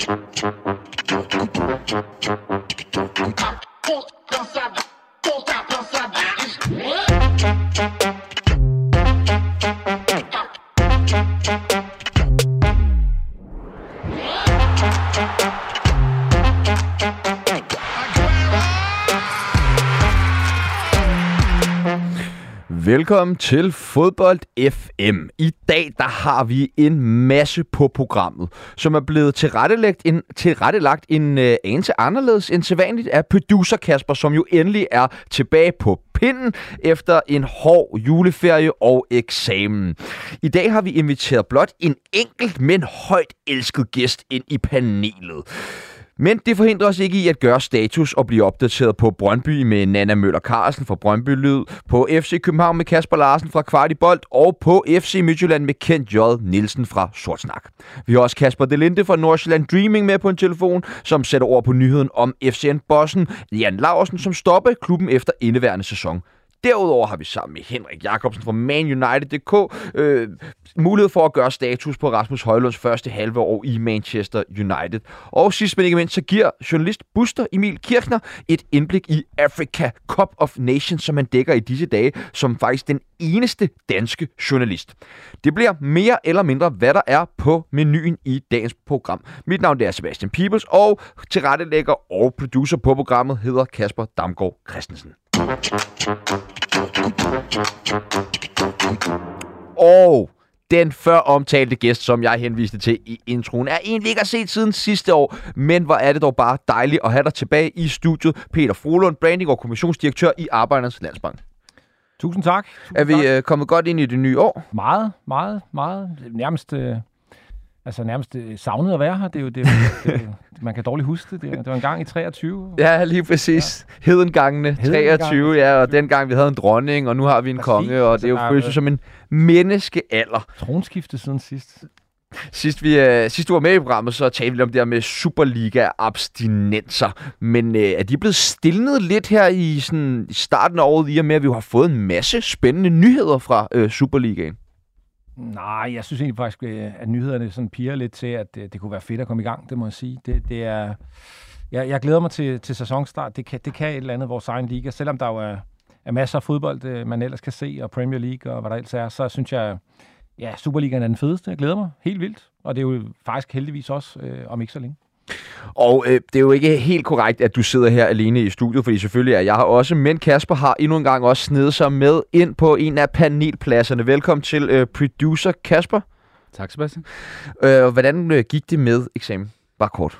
Velkommen til Fodbold FM. I dag der har vi en masse på programmet, som er blevet tilrettelagt en anelse anderledes end sædvanligt af producer Kasper, som jo endelig er tilbage på pinden efter en hård juleferie og eksamen. I dag har vi inviteret blot en enkelt, men højt elsket gæst ind i panelet. Men det forhindrer os ikke i at gøre status og blive opdateret på Brøndby med Nanna Møller Carlsen fra Brøndby Lyd, på FC København med Kasper Larsen fra Kvartibold og på FC Midtjylland med Kent J. Nielsen fra Sortsnak. Vi har også Kasper Delinde fra Nordsjælland Dreaming med på en telefon, som sætter ord på nyheden om FCN Bossen, Jan Laursen, som stopper klubben efter indeværende sæson. Derudover har vi sammen med Henrik Jacobsen fra ManUnited.dk mulighed for at gøre status på Rasmus Højlunds første halve år i Manchester United. Og sidst men ikke mindst, så giver journalist Buster Emil Kirchner et indblik i Africa Cup of Nations, som han dækker i disse dage, som faktisk den eneste danske journalist. Det bliver mere eller mindre, hvad der er på menuen i dagens program. Mit navn er Sebastian Peebles, og tilrettelægger og producer på programmet hedder Kasper Damgaard Christensen. Og den før omtalte gæst, som jeg henviste til i introen, er en, vi ikke har set siden sidste år. Men hvor er det dog bare dejligt at have dig tilbage i studiet. Peter Frohlund, branding- og kommunikationsdirektør i Arbejdernes Landsbank. Tusind tak. Er vi kommet godt ind i det nye år? Meget. Nærmest savnet at være her. Det er jo man kan dårligt huske det. Det var en gang i 23. Ja, lige præcis. Ja. Hedengangene 23, ja, og dengang vi havde en dronning, og nu har vi en konge, og det er jo føles som en menneskealder. Tronskifte siden sidst. Sidst du var med i programmet, så talte vi om det her med Superliga-abstinenser. Men er de blevet stilnet lidt her i starten af året, i og med, at vi har fået en masse spændende nyheder fra Superligaen? Nej, jeg synes egentlig faktisk, at nyhederne sådan piger lidt til, at det kunne være fedt at komme i gang, det må jeg sige. Det er, jeg glæder mig til sæsonstart. Det kan et eller andet vores egen liga. Selvom der jo er masser af fodbold, man ellers kan se, og Premier League og hvad der ellers er, så synes jeg, ja, Superligaen er den fedeste. Jeg glæder mig helt vildt. Og det er jo faktisk heldigvis også om ikke så længe. Og det er jo ikke helt korrekt, at du sidder her alene i studiet, fordi selvfølgelig er jeg her også, men Kasper har endnu en gang også snedet sig med ind på en af panelpladserne. Velkommen til producer Kasper. Tak, Sebastian. Hvordan gik det med eksamen? Bare kort.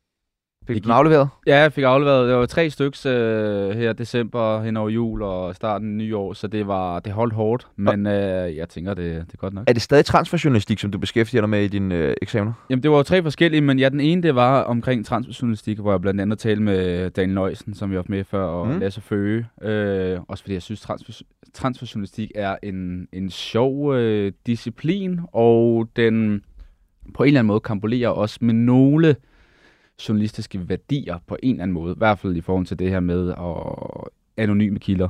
Fik du afleveret? Ja, jeg fik afleveret. Det var 3 styks her december, hen over jul og starten af nyår, så det holdt hårdt, men jeg tænker, det er godt nok. Er det stadig transferjournalistik, som du beskæftiger dig med i dine eksamener? Jamen, det var jo 3 forskellige, men ja, den ene, det var omkring transferjournalistik, hvor jeg blandt andet talte med Daniel Nøjsen, som vi har haft med før, og Lasse Føge. Også fordi jeg synes, transferjournalistik er en sjov disciplin, og den på en eller anden måde kambulerer også med nogle journalistiske værdier på en eller anden måde, i hvert fald i forhold til det her med anonyme kilder,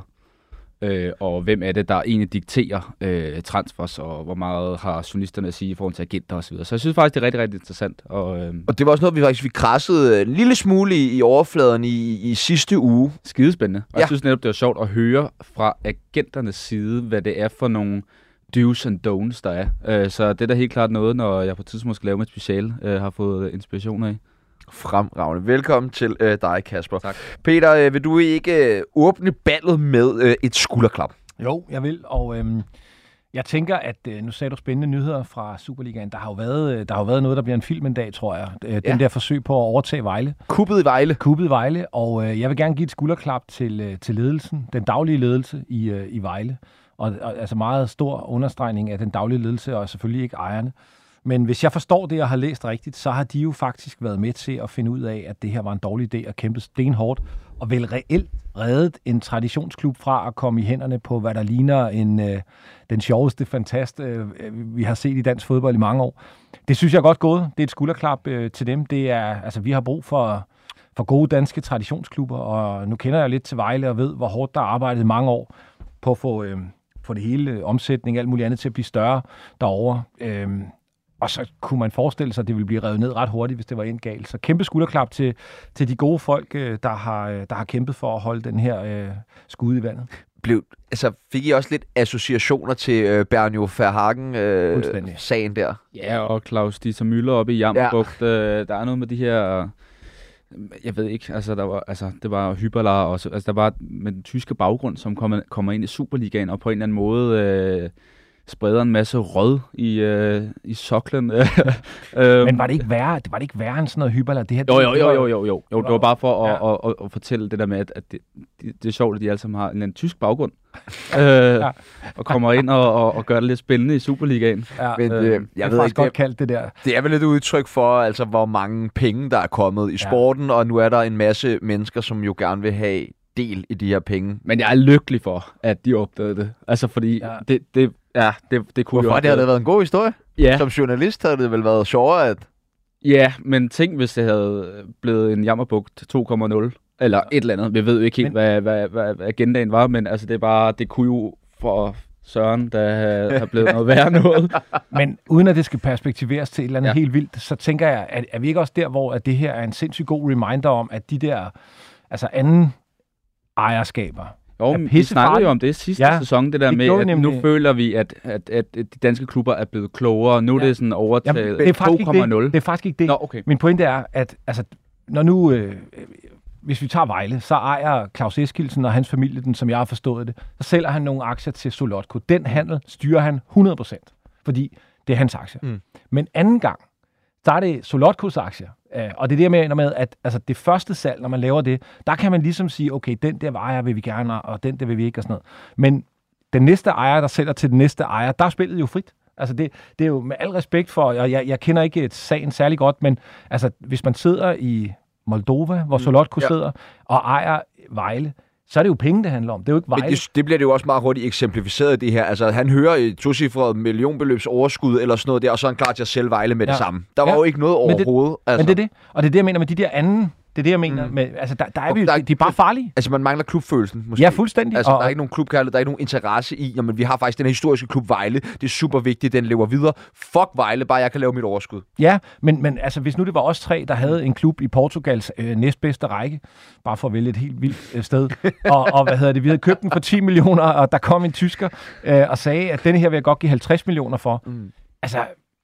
og hvem er det, der egentlig dikterer transfers, og hvor meget har journalisterne at sige i forhold til agenter osv. Så jeg synes faktisk, det er rigtig, rigtig interessant. Og det var også noget, vi krassede en lille smule i overfladen i sidste uge. Skidespændende. Og jeg synes netop, det var sjovt at høre fra agenternes side, hvad det er for nogle do's and don'ts, der er. Så det er da helt klart noget, når jeg på et tidspunkt skal lave mit speciale, har fået inspiration af. Fremragende. Velkommen til dig, Kasper. Tak. Peter, vil du ikke åbne ballet med et skulderklap? Jo, jeg vil, og jeg tænker, at nu sagde du spændende nyheder fra Superligaen. Der har jo været noget, der bliver en film en dag, tror jeg. Den der forsøg på at overtage Vejle. Kuppet i Vejle. Og jeg vil gerne give et skulderklap til ledelsen, den daglige ledelse i Vejle. Og altså meget stor understregning af den daglige ledelse, og selvfølgelig ikke ejerne. Men hvis jeg forstår det, og har læst rigtigt, så har de jo faktisk været med til at finde ud af, at det her var en dårlig idé at kæmpe stenhårdt, og vel reelt reddet en traditionsklub fra at komme i hænderne på, hvad der ligner den sjoveste fantast, vi har set i dansk fodbold i mange år. Det synes jeg er godt gået. Det er et skulderklap til dem. Det er, altså, vi har brug for gode danske traditionsklubber, og nu kender jeg lidt til Vejle og ved, hvor hårdt der er arbejdet i mange år på at få det hele omsætning og alt muligt andet til at blive større derovre. Og så kunne man forestille sig, at det ville blive revet ned ret hurtigt, hvis det var endt galt. Så kæmpe skulderklap til de gode folk, der har kæmpet for at holde den her skud i vandet. Fik I også lidt associationer til Bernjo Verhagen-sagen der? Ja, og Claus Dieter Müller oppe i Jammerbugt. Der er noget med de her... Jeg ved ikke, det var Hyberlar også. Altså, der var med den tyske baggrund, som kommer ind i Superligaen, og på en eller anden måde spreder en masse rød i soklen. Men var det ikke værre end sådan noget Hyberlar? Det her, jo. Det var bare for at fortælle det der med, at det er sjovt, at de alle sammen har en tysk baggrund. Og kommer ind og gør det lidt spændende i Superligaen. Ja, men jeg ved ikke, godt kaldt det der. Det er vel et udtryk for, altså, hvor mange penge, der er kommet i sporten, og nu er der en masse mennesker, som jo gerne vil have del i de her penge. Men jeg er lykkelig for, at de opdagede det. Altså, fordi det kunne Hvorfor? Det havde været en god historie? Ja. Som journalist havde det vel været sjovere, at... Ja, men tænk, hvis det havde blevet en Jammerbugt 2,0, eller et eller andet. Vi ved jo ikke helt, hvad agendaen var, men altså, det kunne jo for Søren, der har blevet noget værre noget. Men uden at det skal perspektiveres til et eller andet helt vildt, så tænker jeg, er vi ikke også der, hvor at det her er en sindssygt god reminder om, at de der anden ejerskaber. Jo, vi snakkede jo om det sidste sæson, det der med, at nu føler vi, at de danske klubber er blevet klogere. Nu er det sådan overtaget 2,0. Det er faktisk ikke det. Nå, okay. Min pointe er, at når nu... hvis vi tager Vejle, så ejer Claus Eskildsen og hans familie den, som jeg har forstået det. Så sælger han nogle aktier til Solotko. Den handel styrer han 100%, fordi det er hans aktier. Men anden gang, der er det Solotkos aktier. Og det er det, jeg mener med, at altså, det første salg, når man laver det, der kan man ligesom sige, okay, den der ejer vil vi gerne, og den der vil vi ikke, og sådan noget. Men den næste ejer, der sælger til den næste ejer, der er spillet jo frit. Altså det er jo med al respekt for, og jeg kender ikke et sagen særlig godt, men altså, hvis man sidder i Moldova, hvor Solotko sidder, og ejer Vejle, så er det jo penge, det handler om. Det er jo ikke Vejle. Men det bliver det jo også meget hurtigt eksemplificeret i det her. Altså, han hører et tocifret millionbeløbs overskud eller sådan noget der, og så er han klar til at sælge Vejle med det samme. Der var jo ikke noget overhovedet. Men det er det. Og det er det, jeg mener med de der anden... Det er det, jeg mener med... Altså, der er vi jo... De er bare farlige. Altså, man mangler klubfølelsen, måske. Ja, fuldstændig. Altså, der er ikke nogen klubkærlighed, der er ikke nogen interesse i, jamen, vi har faktisk den historiske klub Vejle. Det er super vigtigt, den lever videre. Fuck Vejle, bare jeg kan lave mit overskud. Ja, men altså, hvis nu det var os tre, der havde en klub i Portugals næstbedste række, bare for at vælge et helt vildt sted, og vi havde købt den for 10 millioner, og der kom en tysker og sagde, at denne her vil jeg godt give 50 millioner for. Altså...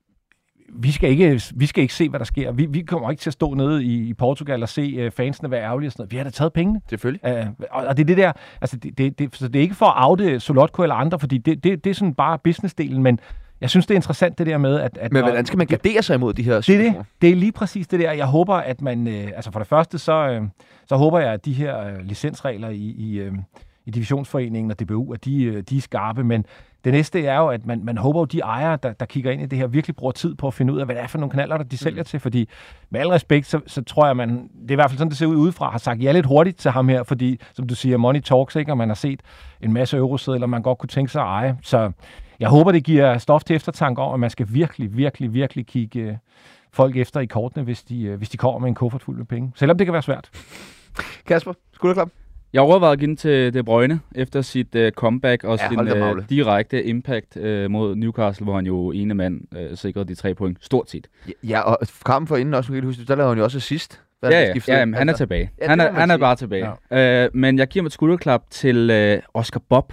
Vi skal ikke se, hvad der sker. Vi kommer ikke til at stå nede i Portugal og se fansene være ærgerlige og sådan noget. Vi har da taget pengene. Selvfølgelig. Og det er det der... Altså, så det er ikke for at oute Solotko eller andre, fordi det er sådan bare businessdelen, men jeg synes, det er interessant det der med, at men hvordan skal man gardere sig imod de her situationer? Det er lige præcis det der. Jeg håber, at man... altså for det første, så håber jeg, at de her licensregler i Divisionsforeningen og DBU, at de er skarpe, men det næste er jo, at man håber jo, de ejere, der kigger ind i det her, virkelig bruger tid på at finde ud af, hvad det er for nogle kanaler, der de sælger til, fordi med al respekt, så tror jeg, det er i hvert fald sådan, det ser ud udefra, har sagt ja lidt hurtigt til ham her, fordi, som du siger, money talks, ikke, og man har set en masse eurosedler, man godt kunne tænke sig at eje, så jeg håber, det giver stof til eftertanke om, at man skal virkelig kigge folk efter i kortene, hvis de kommer med en kuffert fuld med penge, selvom det kan være svært. Kasper, skulderklap. Jeg overvejede at give den til De Bruyne efter sit comeback og sin direkte impact mod Newcastle, hvor han jo ene mand sikrede de 3 point. Stort set. Ja, og kampen for inden også, der lavede han jo også assist. Han er tilbage. Han er bare tilbage. Ja. Men jeg giver mig et skulderklap til Oscar Bob.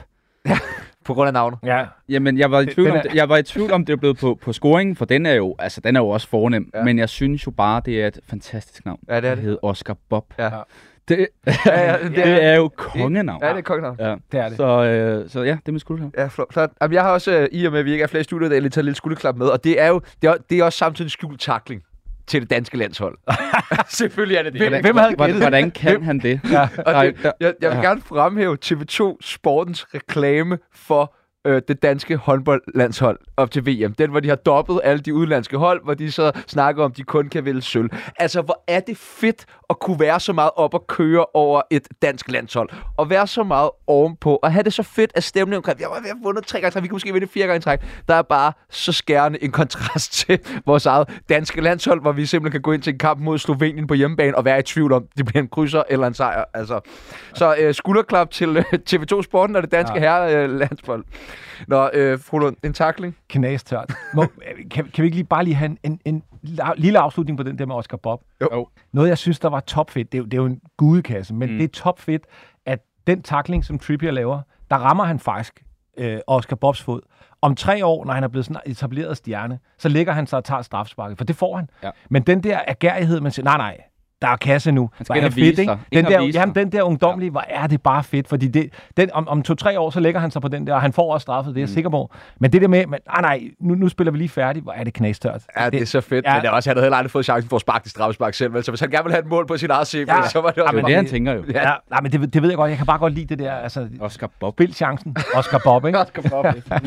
På grund af navnet. Ja. Jamen, jeg var i tvivl om det er blevet på scoringen, for den er jo også fornem. Ja. Men jeg synes jo bare, det er et fantastisk navn. Ja, det er det. Det hedder Oscar Bob. Ja. Det er jo kongenavn. Ja, det er kongenavn. Ja. Det er det. Så ja, det er mit skulderklap. Ja, flot. Jamen, jeg har også, i og med, at vi ikke er flere i studiet, taget et lille skulderklap med, og det er også samtidig en skjult tackling til det danske landshold. Selvfølgelig er det det. Hvordan kan han det? Ja. Jeg vil gerne fremhæve TV2 Sportens reklame for det danske håndboldlandshold op til VM. Den, hvor de har dobbelt alle de udenlandske hold, hvor de så snakker om, de kun kan vælge sølv. Altså, hvor er det fedt at kunne være så meget op og køre over et dansk landshold. Og være så meget ovenpå. Og have det så fedt at stemningen omkring. Vi har vundet 3 gange træk. Vi kan måske vinde 4 gange træk. Der er bare så skærende en kontrast til vores eget danske landshold, hvor vi simpelthen kan gå ind til en kamp mod Slovenien på hjemmebane og være i tvivl om, det bliver en krydser eller en sejr. Altså. Så skulderklap til TV2 Sporten og det danske herrelandshold. Nå, fru Lund, en tackling? Knastørt. Kan vi ikke bare lige have en lille afslutning på den der med Oscar Bob? Jo. Noget, jeg synes, der var topfedt, det er jo en gudekasse, men det er topfedt, at den tackling, som Trippier laver, der rammer han faktisk Oscar Bobs fod. Om 3 år, når han er blevet sådan etableret stjerne, så lægger han sig og tager strafsparket, for det får han. Ja. Men den der agerighed, man siger, nej, der er kasse nu. Hvor er det fedt, ikke? Den der ungdomlige, hvor er det bare fedt, fordi om 2-3 år, så lægger han sig på den der, og han får også straffet, det er jeg sikker på. Men det der med, nu spiller vi lige færdigt, hvor er det knastørt. Ja, det er så fedt, men det er også, han havde heller aldrig fået chancen for at sparke det straffespark selv, vel? Så hvis han gerne vil have et mål på sin eget CV, så var det også... Men det han tænker jo. Ja, men det ved jeg godt, jeg kan bare godt lide det der, altså... Oscar Bob. Spil chancen. Oscar Bob, ikke? Oscar Bob.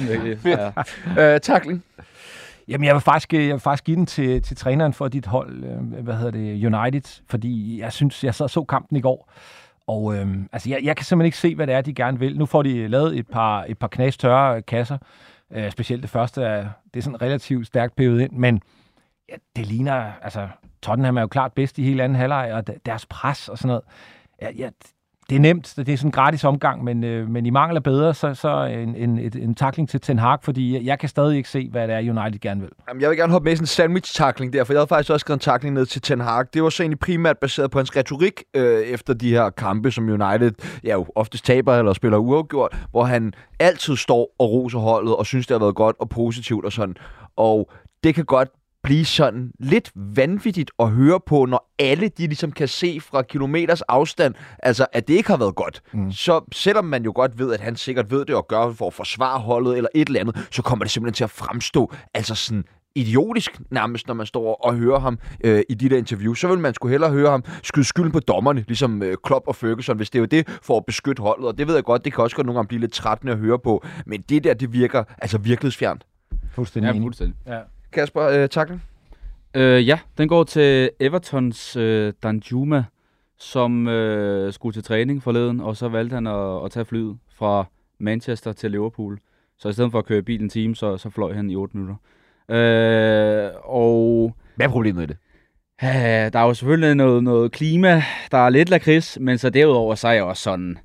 Fedt. Tackling. Jamen, jeg vil faktisk give den til træneren for dit hold, United, fordi jeg synes, jeg så kampen i går, og altså, jeg kan simpelthen ikke se, hvad det er, de gerne vil. Nu får de lavet et par knastørre kasser, specielt det første, det er sådan relativt stærkt pævet ind, men ja, det ligner, altså, Tottenham er jo klart bedst i hele anden halvleg, og deres pres og sådan noget. Ja, det er nemt, det er sådan en gratis omgang, men i mangel af bedre, så en tackling til Ten Hag, fordi jeg kan stadig ikke se, hvad det er, United gerne vil. Jamen, jeg vil gerne hoppe med sådan en sandwich-tackling der, for jeg havde faktisk også skrevet en tackling ned til Ten Hag. Det var så egentlig primært baseret på hans retorik efter de her kampe, som United jo oftest taber eller spiller uafgjort, hvor han altid står og roser holdet og synes, det har været godt og positivt og sådan. Og det kan godt blive sådan lidt vanvittigt at høre på, når alle de ligesom kan se fra kilometers afstand, altså at det ikke har været godt. Så selvom man jo godt ved, at han sikkert ved det og gør for at forsvare holdet eller et eller andet, så kommer det simpelthen til at fremstå altså sådan idiotisk nærmest, når man står og hører ham i de der interviews. Så vil man sgu hellere høre ham skyde skylden på dommerne, ligesom Klopp og Ferguson, hvis det er jo det for at beskytte holdet. Og det ved jeg godt, det kan også godt nogle gange blive lidt trættende at høre på, men det der, det virker altså virkelighedsfjernt. Fuldstændig. Ja, fuldstændig. Ja. Kasper, tackling? Ja, den går til Evertons Danjuma, som skulle til træning forleden, og så valgte han at tage flyet fra Manchester til Liverpool. Så i stedet for at køre bilen en time, så fløj han i 8 minutter. Og hvad er problemet i det? Der er jo selvfølgelig noget klima, der er lidt lakrids, men så derudover, så er jeg også sådan...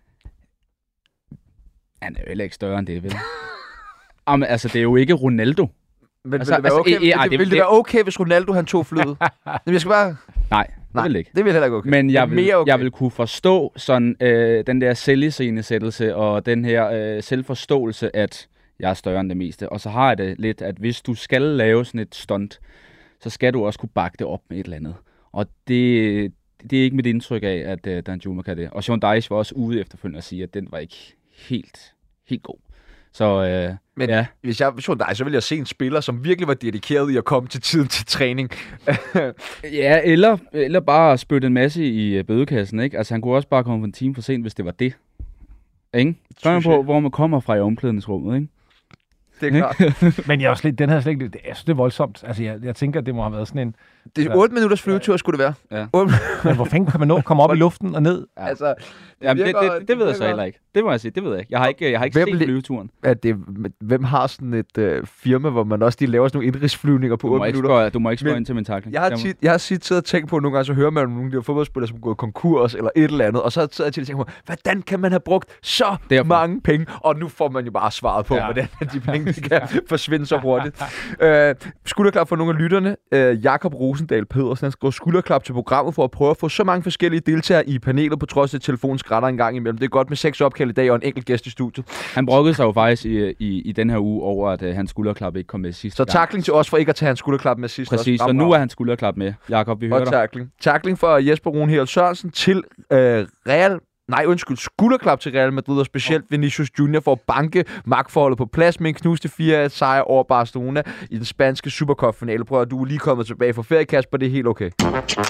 Han er jo heller ikke større end det, vel? Jamen, altså, det er jo ikke Ronaldo. Men altså, ville det være okay, hvis Ronaldo han tog flyet? Men jeg skal bare... Nej, det vil ikke. Det vil heller ikke okay. Men jeg vil kunne forstå sådan, den der selviscenesættelse og den her selvforståelse, at jeg er større end det meste. Og så har jeg det lidt, at hvis du skal lave sådan et stunt, så skal du også kunne bakke det op med et eller andet. Og det er ikke mit indtryk af, at Danjuma kan det. Og Sean Dyche var også ude efterfølgende at sige, at den var ikke helt god. Så men ja. Hvis jeg så dig, så ville jeg se en spiller, som virkelig var dedikeret i at komme til tiden til træning. Ja, eller bare spytte en masse i bødekassen, ikke? Altså han kunne også bare komme en time for sent, hvis det var det. Ikke? Spørg på, hvor man kommer fra i omklædningsrummet, ikke? Det er klart. Men jeg synes, det er voldsomt. Altså jeg tænker, det må have været sådan en... Det er 8 minutters flyvetur, skulle det være. Ja. Men hvor fanden kan man nå komme op i luften og ned? Ja. Altså, det ved jeg så heller ikke. Det må jeg sige, det ved jeg ikke. Jeg har ikke set flyveturen. Hvem har sådan et firma, hvor man også laver sådan nogle indrigsflyvninger på 8 minutter? Du må ikke spørge ind til min tackling. Jeg har siddet og tænkt på, nogle gange så hører man nogle af de fodboldspillere, som er gået konkurs eller et eller andet, og så sidder jeg til at tænke på, hvordan kan man have brugt så mange penge? Og nu får man jo bare svaret på, hvordan de penge kan forsvinde så hurtigt. Skulderklap for nogle af lytterne. Jakob Rosendal Pedersen, han skriver skulderklap til programmet for at prøve at få så mange forskellige deltagere i panelet, på trods af telefonen skrætter en gang imellem. Det er godt med 6 opkald i dag og en enkelt gæst i studiet. Han brokkede sig jo faktisk i den her uge over, at hans skulderklap ikke kom med sidste gang. Så tackling til os for ikke at tage hans skulderklap med sidst. Præcis, så nu er hans skulderklap med. Jakob, vi hører dig. Tackling for Jesper Rune Herald Sørensen til skulderklap til Real Madrid, og specielt Vinicius Junior for at banke magtforholdet på plads med en knuste 4 sejr over Barcelona i den spanske Supercup-finale. Prøv at du er lige kommet tilbage fra ferie, Kasper, det er helt okay.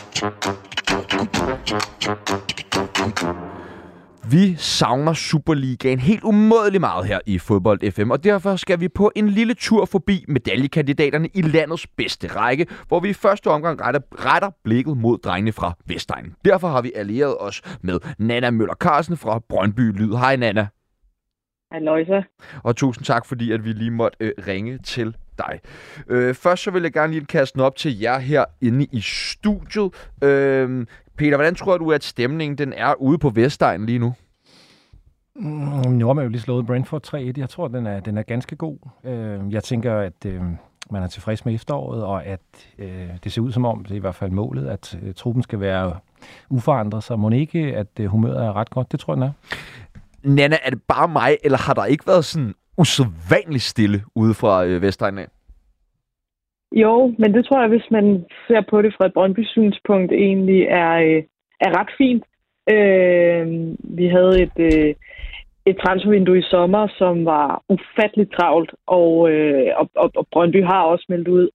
Vi savner Superligaen helt umådeligt meget her i Fodbold FM, og derfor skal vi på en lille tur forbi medaljekandidaterne i landets bedste række, hvor vi i første omgang retter blikket mod drengene fra Vestegnen. Derfor har vi allieret os med Nanna Møller Carlsen fra Brøndby Lyd. Hej Nanna. Halløj så. Og tusind tak, fordi at vi lige måtte ringe til dig. Først så vil jeg gerne lige kaste den op til jer herinde i studiet. Peter, hvordan tror du, at stemningen den er ude på Vestegnen lige nu? Nu har man jo lige slået Brentford 3-1. Jeg tror, den er ganske god. Jeg tænker, at man er tilfreds med efteråret, og at det ser ud som om, det er i hvert fald målet, at truppen skal være uforandret, så må ikke, at humøret er ret godt. Det tror jeg, den er. Nanna, er det bare mig, eller har der ikke været sådan usædvanligt stille ude fra Vestegnen af? Jo, men det tror jeg, hvis man ser på det fra et Brøndby-synspunkt, egentlig er ret fint. Vi havde et transfervindue i sommer, som var ufatteligt travlt, og Brøndby har også meldt ud,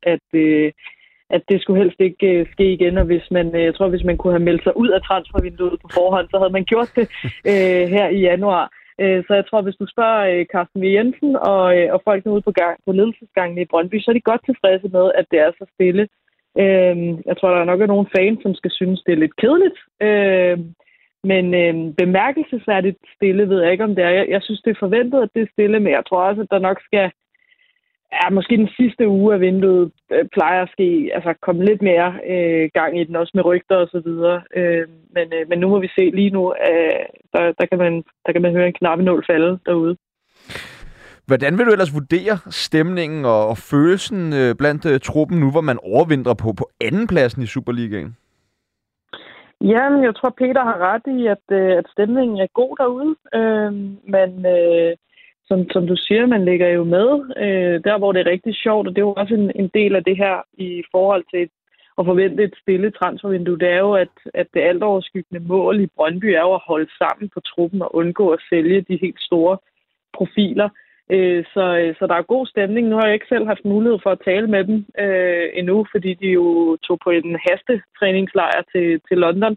at det skulle helst ikke ske igen, og hvis man kunne have meldt sig ud af transfervinduet på forhånd, så havde man gjort det her i januar. Så jeg tror, hvis du spørger Carsten V. Jensen og folk ude på ledelsesgangen i Brøndby, så er de godt tilfredse med, at det er så stille. Jeg tror, der er nok nogle fans, som skal synes, det er lidt kedeligt. Men bemærkelsesværdigt stille ved jeg ikke, om det er. Jeg synes, det er forventet, at det er stille, men jeg tror også, at der nok skal... Ja, måske den sidste uge af vinduet plejer at ske, altså komme lidt mere gang i den, også med rygter og så videre. Men nu må vi se lige nu, der kan man høre en knappenål falde derude. Hvordan vil du ellers vurdere stemningen og følelsen blandt truppen nu, hvor man overvintrer på andenpladsen i Superligaen? Jamen, jeg tror, Peter har ret i, at stemningen er god derude. Men som du siger, man ligger jo med der, hvor det er rigtig sjovt, og det er jo også en del af det her i forhold til at forvente et stille transfervindue. Det er jo, at det altoverskyggende mål i Brøndby er jo at holde sammen på truppen og undgå at sælge de helt store profiler. Så der er god stemning. Nu har jeg ikke selv haft mulighed for at tale med dem endnu, fordi de jo tog på en hastetræningslejr til London.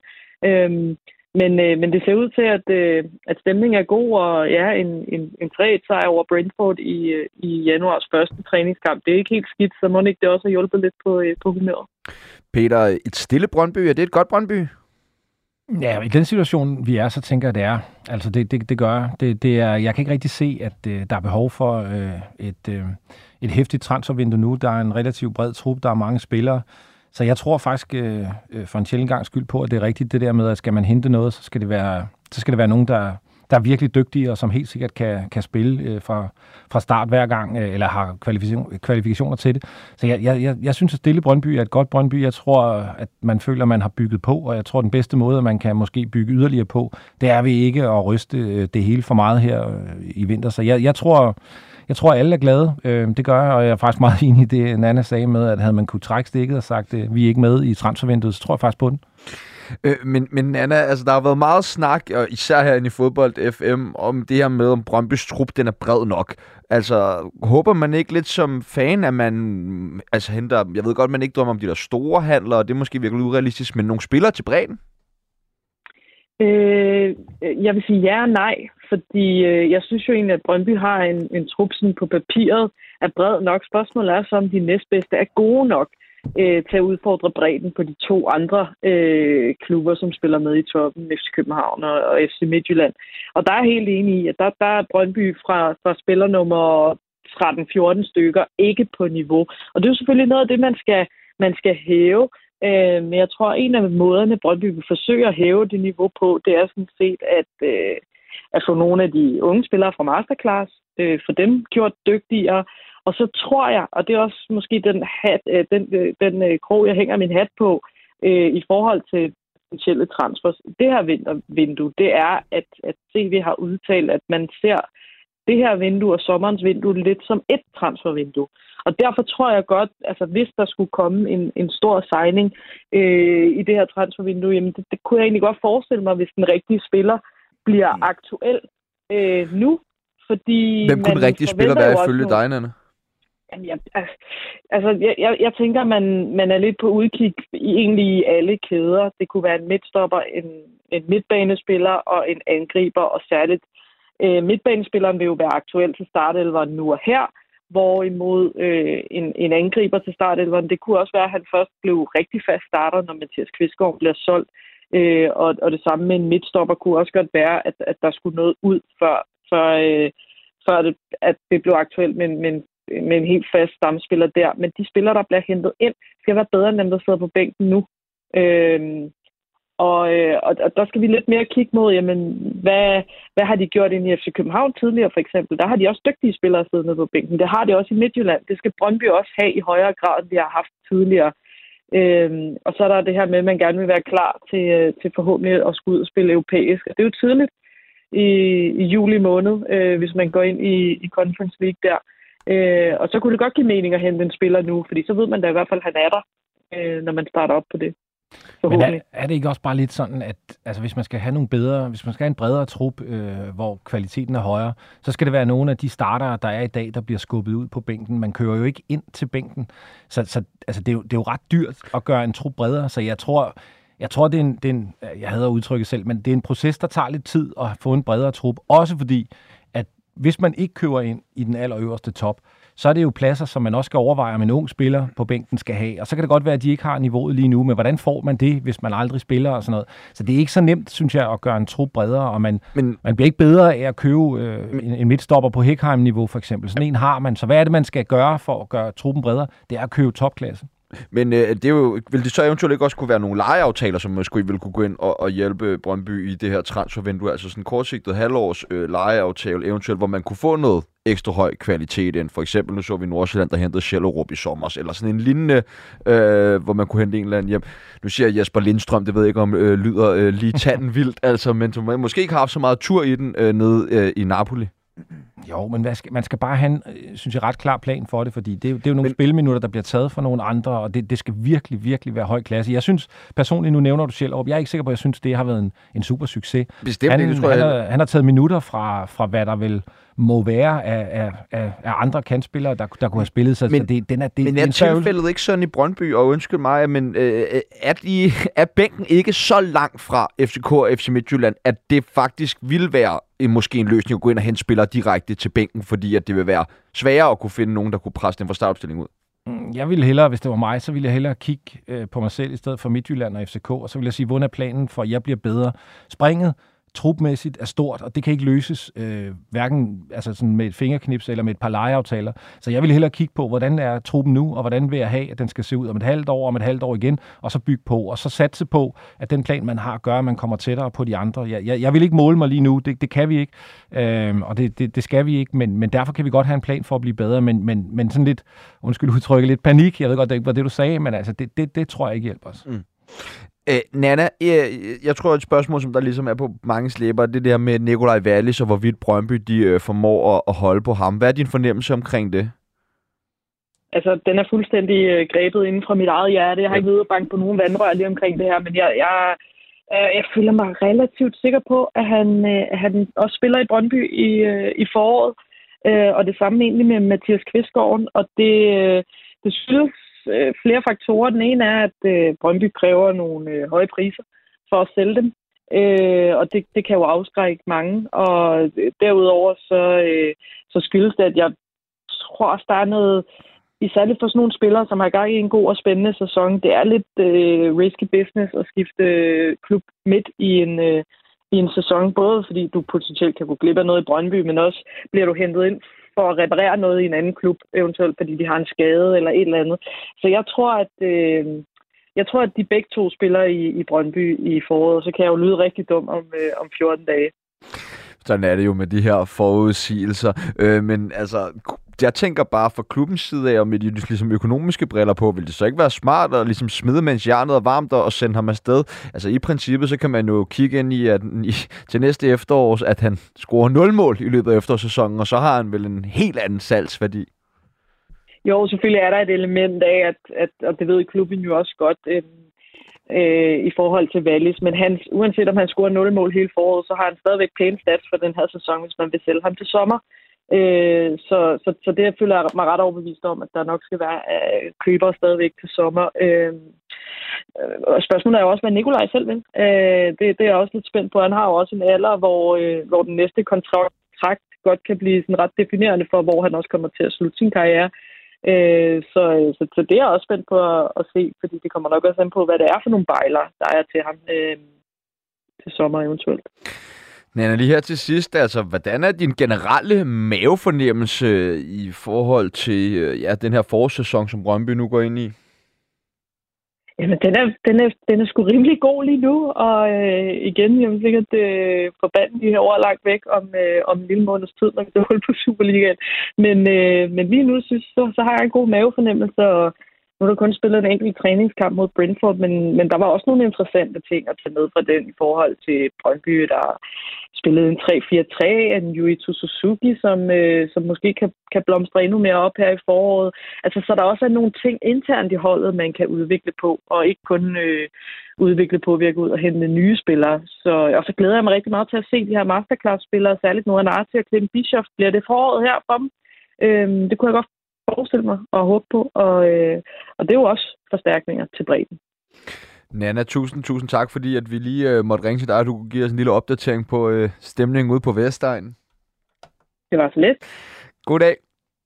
Men det ser ud til, at stemningen er god, og ja, en 3-1-sejr over Brentford i januars første træningskamp. Det er ikke helt skidt, så må ikke det også have hjulpet lidt på humøret. Peter, et stille Brøndby, er det et godt Brøndby? Ja, i den situation, vi er, så tænker jeg, det er. Altså, det gør. Det er, jeg kan ikke rigtig se, at der er behov for et heftigt transfervindue nu. Der er en relativt bred trup, der er mange spillere. Så jeg tror faktisk for en sjældent gang skyld på, at det er rigtigt det der med, at skal man hente noget, så skal det være nogen, der er virkelig dygtige, og som helt sikkert kan spille fra start hver gang, eller har kvalifikationer til det. Så jeg synes, at stille Brøndby er et godt Brøndby. Jeg tror, at man føler, at man har bygget på, og jeg tror, at den bedste måde, at man kan måske bygge yderligere på, det er ved ikke at ryste det hele for meget her i vinter. Så jeg tror, at alle er glade. Det gør jeg, og jeg er faktisk meget enig i det, Nanna sagde med, at havde man kunne trække stikket og sagt, at vi er ikke med i transfervinduet, så tror jeg faktisk på den. Men Nanna, altså der har været meget snak, og især herinde i Fodbold FM, om det her med, om Brøndbys trup, den er bred nok. Altså, håber man ikke lidt som fan, at man henter, jeg ved godt, man ikke drømmer om de der store handler, og det er måske virkelig urealistisk, men nogle spillere til bredden? Jeg vil sige ja og nej, fordi jeg synes jo egentlig, at Brøndby har en trup sådan på papiret er bred nok. Spørgsmålet er så, om de næstbedste er gode nok til at udfordre bredden på de to andre klubber, som spiller med i toppen, FC København og FC Midtjylland. Og der er helt enig i, at der er Brøndby fra spiller nummer 13-14 stykker ikke på niveau. Og det er jo selvfølgelig noget af det, man skal hæve. Men jeg tror, at en af måderne, Brøndby vil forsøge at hæve det niveau på, det er sådan set at få nogle af de unge spillere fra Masterclass, for dem gjort dygtigere. Og så tror jeg, og det er også måske den krog, jeg hænger min hat på, i forhold til potentielle transfers. Det her vintervindue, det er, at CV har udtalt, at man ser det her vindue og sommerens vindue lidt som et transfervindue. Og derfor tror jeg godt, altså hvis der skulle komme en stor signing i det her transfervindue, jamen det kunne jeg egentlig godt forestille mig, hvis den rigtige spiller bliver aktuel nu. Fordi hvem kunne den rigtige spiller være ifølge dig, Nanne? Jamen, jeg tænker, man er lidt på udkig i alle kæder. Det kunne være en midtstopper, en midtbanespiller og en angriber, og særligt midtbanespilleren vil jo være aktuel til startelveren nu og her, hvorimod en angriber til startelveren, det kunne også være, at han først blev rigtig fast starter, når Mathias Kvistgaard bliver solgt. Og det samme med en midtstopper kunne også godt være, at der skulle noget ud, før det blev aktuelt med en helt fast stamspiller der. Men de spillere, der bliver hentet ind, skal være bedre end dem, der sidder på bænken nu. Og der skal vi lidt mere kigge mod, jamen, hvad har de gjort inde i FC København tidligere, for eksempel? Der har de også dygtige spillere siddende på bænken. Det har de også i Midtjylland. Det skal Brøndby også have i højere grad, end de har haft tidligere. Og så er der det her med, at man gerne vil være klar til forhåbentlig at skulle ud og spille europæisk. Og det er jo tidligt i juli måned, hvis man går ind i Conference League der. Og så kunne det godt give mening at hente en spiller nu, fordi så ved man da i hvert fald, at han er der, når man starter op på det. Men er det ikke også bare lidt sådan, at altså, hvis man skal have en bredere trup, hvor kvaliteten er højere, så skal det være nogle af de startere, der er i dag, der bliver skubbet ud på bænken. Man kører jo ikke ind til bænken, så altså, det er jo ret dyrt at gøre en trup bredere, så jeg tror jeg hader udtrykket selv, men det er en proces, der tager lidt tid at få en bredere trup, også fordi, at hvis man ikke kører ind i den allerøverste top, så er det jo pladser, som man også skal overveje, om en ung spiller på bænken skal have. Og så kan det godt være, at de ikke har niveauet lige nu, men hvordan får man det, hvis man aldrig spiller og sådan noget? Så det er ikke så nemt, synes jeg, at gøre en trup bredere, og man bliver ikke bedre af at købe en midtstopper på Hækheim-niveau, for eksempel. Sådan en har man. Så hvad er det, man skal gøre for at gøre truppen bredere? Det er at købe topklasse. Men det er jo, vil det så eventuelt ikke også kunne være nogle lejeaftaler, som måske ville kunne gå ind og hjælpe Brøndby i det her transfervindue? Altså sådan en kortsigtet halvårs lejeaftale, eventuelt, hvor man kunne få noget ekstra høj kvalitet ind. For eksempel, nu så vi Nordsjælland, der hentede Schellerup i sommer, eller sådan en lignende, hvor man kunne hente en eller anden hjem. Nu siger jeg Jesper Lindstrøm, det ved jeg ikke om lyder lige tanden vildt, altså, men man måske ikke har haft så meget tur i den nede i Napoli. Jo, men man skal bare have en, synes jeg, ret klar plan for det, fordi det er jo nogle spilminutter, der bliver taget fra nogle andre, og det skal virkelig, virkelig være høj klasse. Jeg synes personligt, nu nævner du Schellerup, jeg er ikke sikker på, at jeg synes, det har været en super succes. Bestemt, han har taget minutter fra hvad der vil må være af andre kantspillere, der kunne have spillet sig. Men er tilfældet ikke sådan i Brøndby, og undskyld mig, men er bænken ikke så langt fra FCK og FC Midtjylland, at det faktisk ville være måske en løsning at gå ind og hente spillere direkte til bænken, fordi at det vil være sværere at kunne finde nogen, der kunne presse den fra startopstillingen ud? Jeg ville hellere, hvis det var mig, så ville jeg hellere kigge på mig selv i stedet for Midtjylland og FCK, og så ville jeg sige, hvordan er planen for, at jeg bliver bedre? Springet trupmæssigt er stort, og det kan ikke løses hverken altså sådan med et fingerknips eller med et par lejeaftaler. Så jeg vil hellere kigge på, hvordan er truppen nu, og hvordan vil jeg have, at den skal se ud om et halvt år igen, og så bygge på, og så satse på, at den plan, man har, gør, at man kommer tættere på de andre. Jeg vil ikke måle mig lige nu, det kan vi ikke, og det skal vi ikke, men derfor kan vi godt have en plan for at blive bedre, men sådan lidt, undskyld udtrykket, lidt panik, jeg ved godt, det ikke var det, du sagde, men altså, det tror jeg ikke hjælper os. Nanna, jeg tror, et spørgsmål, som der ligesom er på mange læber, det der med Nikolaj Wallis og hvorvidt Brøndby de formår at holde på ham. Hvad er din fornemmelse omkring det? Altså, den er fuldstændig grebet inden fra mit eget hjerte. Jeg har ikke ved at banke på nogen vandrør lige omkring det her, men jeg føler mig relativt sikker på, at han også spiller i Brøndby i foråret. Og det samme egentlig med Mathias Kvistgaard. Og det skyldes flere faktorer. Den ene er, at Brøndby kræver nogle høje priser for at sælge dem. Og det kan jo afskrække mange. Og derudover så skyldes det, at jeg tror også, der er noget, især for sådan nogle spillere, som har gang i en god og spændende sæson. Det er lidt risky business at skifte klub midt i en sæson. Både fordi du potentielt kan gå glip af noget i Brøndby, men også bliver du hentet ind for at reparere noget i en anden klub, eventuelt fordi de har en skade eller et eller andet. Så jeg tror, at de begge to spiller i Brøndby i foråret, så kan jeg jo lyde rigtig dum om 14 dage. Sådan er det jo med de her forudsigelser. Men altså, jeg tænker bare fra klubbens side af, og med de ligesom økonomiske briller på, vil det så ikke være smart at ligesom smide, mens jernet er varmt, og sende ham afsted? Altså i princippet, så kan man jo kigge ind til næste efterår, at han scorer 0 mål i løbet af efterårssæsonen, og så har han vel en helt anden salgsværdi. Jo, selvfølgelig er der et element af, at og det ved klubben jo også godt, i forhold til Wallis, men uanset om han scorer 0 mål hele foråret, så har han stadigvæk pæne stats for den her sæson, hvis man vil sælge ham til sommer. Så det føler jeg mig ret overbevist om, at der nok skal være købere stadigvæk til sommer. Og spørgsmålet er jo også, hvad Nikolaj selv vil. Det er jeg også lidt spændt på. Han har jo også en alder, hvor den næste kontrakt godt kan blive sådan ret definerende for, hvor han også kommer til at slutte sin karriere. Så det er jeg også spændt på at se, fordi det kommer nok også an på, hvad det er for nogle bejler, der er til ham til sommer eventuelt. Nanna, lige her til sidst, altså, hvordan er din generelle mavefornemmelse i forhold til den her forårssæson, som Brøndby nu går ind i? Jamen, den er sgu rimelig god lige nu, og igen, jeg vil sikkert forbande de her ord langt væk om en lille måneds tid, når vi skal holde på Superligaen. Men lige nu så har jeg en god mavefornemmelse, og nu har der kun spillet en enkelt træningskamp mod Brentford, men der var også nogle interessante ting at tage med fra den i forhold til Brøndby, der spillede en 3-4-3 af Yuito Suzuki, som måske kan blomstre endnu mere op her i foråret. Altså, så der også er nogle ting internt i holdet, man kan udvikle på, og ikke kun udvikle på ved at gå ud og hente nye spillere. Og så glæder jeg mig rigtig meget til at se de her masterclass-spillere, særligt Noah Narti og Clem Bischoff. Bliver det foråret her for dem? Det kunne jeg godt forestille mig og håbe på, og det er jo også forstærkninger til bredden. Nanna, tusind tak, fordi at vi lige måtte ringe til dig, og du kunne give os en lille opdatering på stemningen ude på Vestegnen. Det var så lidt. God dag.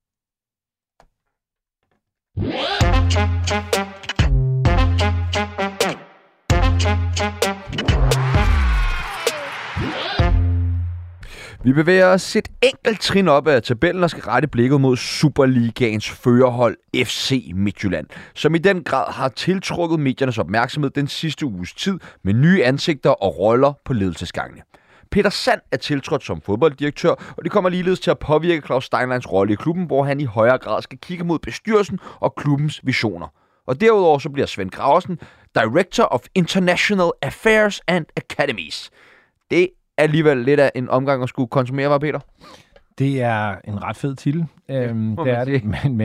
Vi bevæger os et enkelt trin op af tabellen og skal rette blikket mod Superligaens førerhold FC Midtjylland, som i den grad har tiltrukket mediernes opmærksomhed den sidste uges tid med nye ansigter og roller på ledelsesgangene. Peter Sand er tiltrådt som fodbolddirektør, og det kommer ligeledes til at påvirke Claus Steinleins rolle i klubben, hvor han i højere grad skal kigge mod bestyrelsen og klubbens visioner. Og derudover så bliver Svend Graversen Director of International Affairs and Academies. Det alligevel lidt af en omgang at skulle konsumere, var Peter? Det er en ret fed titel. Det er det.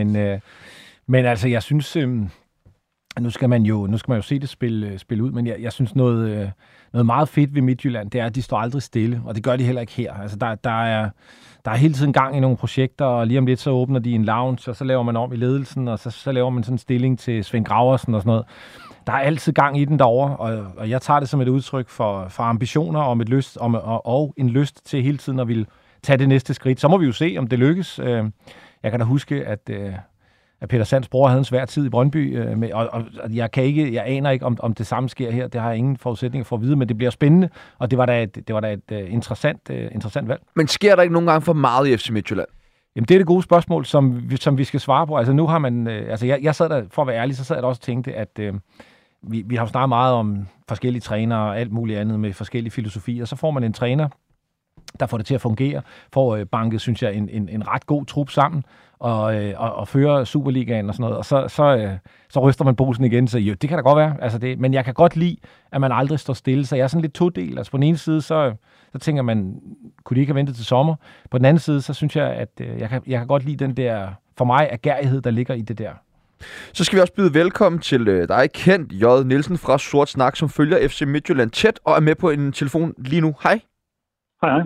Men altså, jeg synes, nu skal man jo se det spille ud, men jeg synes noget meget fedt ved Midtjylland, det er, at de står aldrig stille, og det gør de heller ikke her. Altså, der er hele tiden gang i nogle projekter, og lige om lidt så åbner de en lounge, og så laver man om i ledelsen, og så laver man sådan en stilling til Svend Graversen og sådan noget. Der er altid gang i den derovre, og jeg tager det som et udtryk for ambitioner om et lyst, og en lyst til hele tiden at ville tage det næste skridt. Så må vi jo se, om det lykkes. Jeg kan da huske, at Peter Sands bror havde en svær tid i Brøndby, og jeg aner ikke, om det samme sker her. Det har jeg ingen forudsætninger for at vide, men det bliver spændende, og det var da et interessant valg. Men sker der ikke nogen gange for meget i FC Midtjylland? Jamen, det er det gode spørgsmål, som vi skal svare på. Altså, nu har man... jeg sad der, for at være ærlig, så sad jeg der også og tænkte, at vi har jo snakket meget om forskellige trænere og alt muligt andet med forskellige filosofier. Så får man en træner, der får det til at fungere, får banket, synes jeg, en ret god trup sammen, og fører Superligaen og sådan noget, og så ryster man posen igen, så jo, det kan da godt være, altså men jeg kan godt lide, at man aldrig står stille, så jeg er sådan lidt todel. Altså på den ene side, så tænker man, kunne de ikke have ventet til sommer? På den anden side, så synes jeg, at jeg kan godt lide den der, for mig, agerighed, der ligger i det der. Så skal vi også byde velkommen til dig, Kent J. Nielsen fra Sort Snak, som følger FC Midtjylland tæt og er med på en telefon lige nu. Hej. Hej.